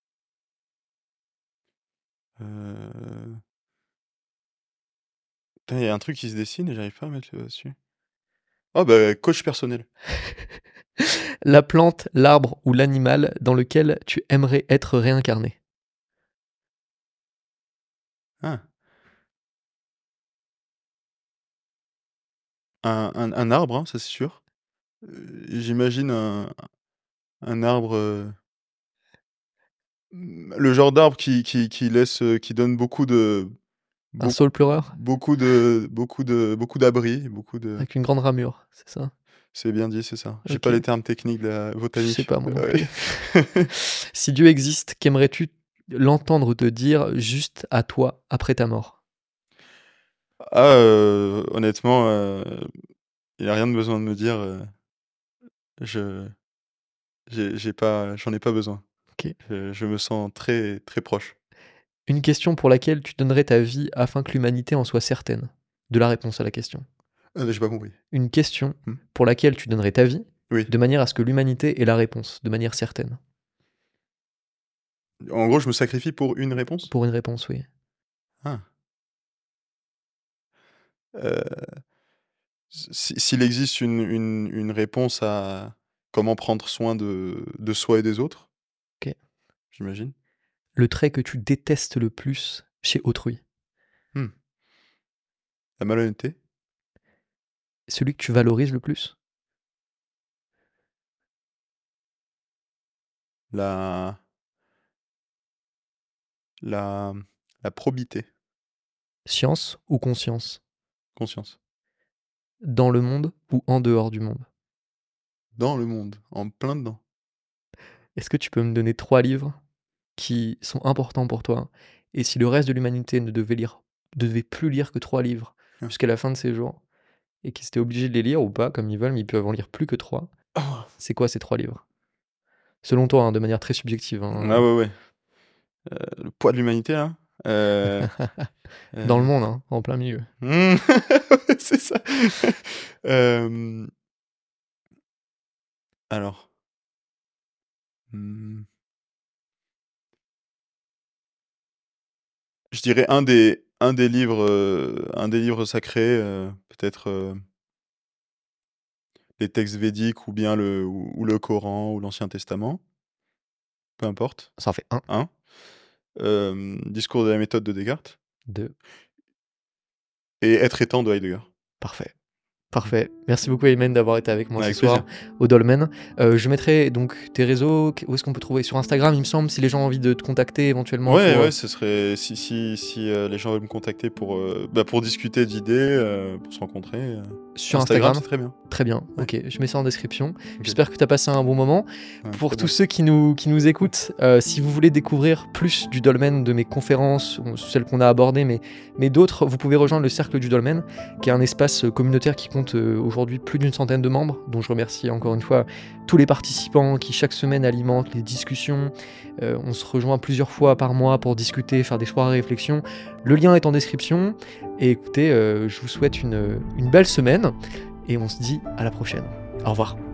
Heu, putain, il y a un truc qui se dessine et j'arrive pas à mettre le doigt dessus. Oh bah, coach personnel. La plante, l'arbre ou l'animal dans lequel tu aimerais être réincarné? Ah! Un un un arbre, hein, ça c'est sûr. Heu, j'imagine un un arbre, heu, mmh, le genre d'arbre qui qui qui laisse, heu, qui donne beaucoup de Un beaucoup saule pleureur? beaucoup de beaucoup de beaucoup d'abris, beaucoup de Avec une grande ramure, c'est ça? c'est bien dit, c'est ça. J'ai pas OK. les termes techniques de la Je sais botanique. pas moi non Ouais. plus. Si Dieu existe, qu'aimerais-tu l'entendre te dire juste à toi après ta mort? Ah, heu, honnêtement, heu, il a rien de besoin de me dire, heu, je j'ai j'ai pas j'en ai pas besoin. OK. Je je me sens très, très proche. Une question pour laquelle tu donnerais ta vie afin que l'humanité en soit certaine de la réponse à la question. Heu, j'ai pas compris. Une question Mmh. pour laquelle tu donnerais ta vie Oui. de manière à ce que l'humanité ait la réponse de manière certaine. En gros, je me sacrifie pour une réponse? Pour une réponse, oui. Ah, heu, s si s'il existe une une une réponse à comment prendre soin de de soi et des autres, OK. j'imagine? Le trait que tu détestes le plus chez autrui? Mmh. La malhonnêteté? Celui que tu valorises le plus? La la, mmh, la probité? Science ou conscience? Conscience. Dans le monde ou en dehors du monde? Dans le monde, en plein dedans. Est-ce que tu peux me donner trois livres qui sont importants pour toi et si le reste de l'humanité ne devait lire devait plus lire que trois livres Ah. jusqu'à la fin de ses jours et qu'ils étaient obligés de les lire ou pas comme ils veulent, mais ils peuvent en lire plus que trois, Oh! c'est quoi ces trois livres? Selon toi, hein, de manière très subjective, Ah hein, ouais, ouais, heu, le poids de l'humanité là, heu dans le heu, monde, hein, en plein milieu. mmh, ouais, c'est ça. Hem, alors, mmh, je dirais un des un des livres, heu, un des livres sacrés, heu, peut-être, heu les textes védiques ou bien le ou ou le Coran ou l'Ancien Testament. Peu importe. Ça en fait un. un. Hem, Discours de la méthode de Descartes deux. et Être étant de Heidegger. Parfait. Parfait. Merci beaucoup Ayman d'avoir été avec moi ce Avec soir plaisir. au Dolmen. Heu, je mettrai donc tes réseaux, q où est-ce qu'on peut trouver? Sur Instagram, il me semble, si les gens ont envie de te contacter éventuellement Ouais, pour, ouais, heu ce serait si si si, heu, les gens veulent me contacter pour, heu, bah, pour discuter d'idées, heu, pour se rencontrer, heu, sur Instagram, Instagram? c'est très bien. Très bien, Ouais. OK, je mets ça en description. OK. J'espère que tu as passé un bon moment. Ouais, Pour très tous bon. ceux qui nous qui nous écoutent, heu, si vous voulez découvrir plus du Dolmen, de mes conférences, ou celles qu'on a abordées, mais mais d'autres, vous pouvez rejoindre le Cercle du Dolmen, qui est un espace, heu, communautaire qui compte, heu, aujourd'hui plus d'une centaine de membres, dont je remercie encore une fois tous les participants qui chaque semaine alimentent les discussions. Heu, on se rejoint plusieurs fois par mois pour discuter, faire des soirées réflexions. Le lien est en description et écoutez, heu, je vous souhaite une, une belle semaine et on se dit à la prochaine. Au revoir.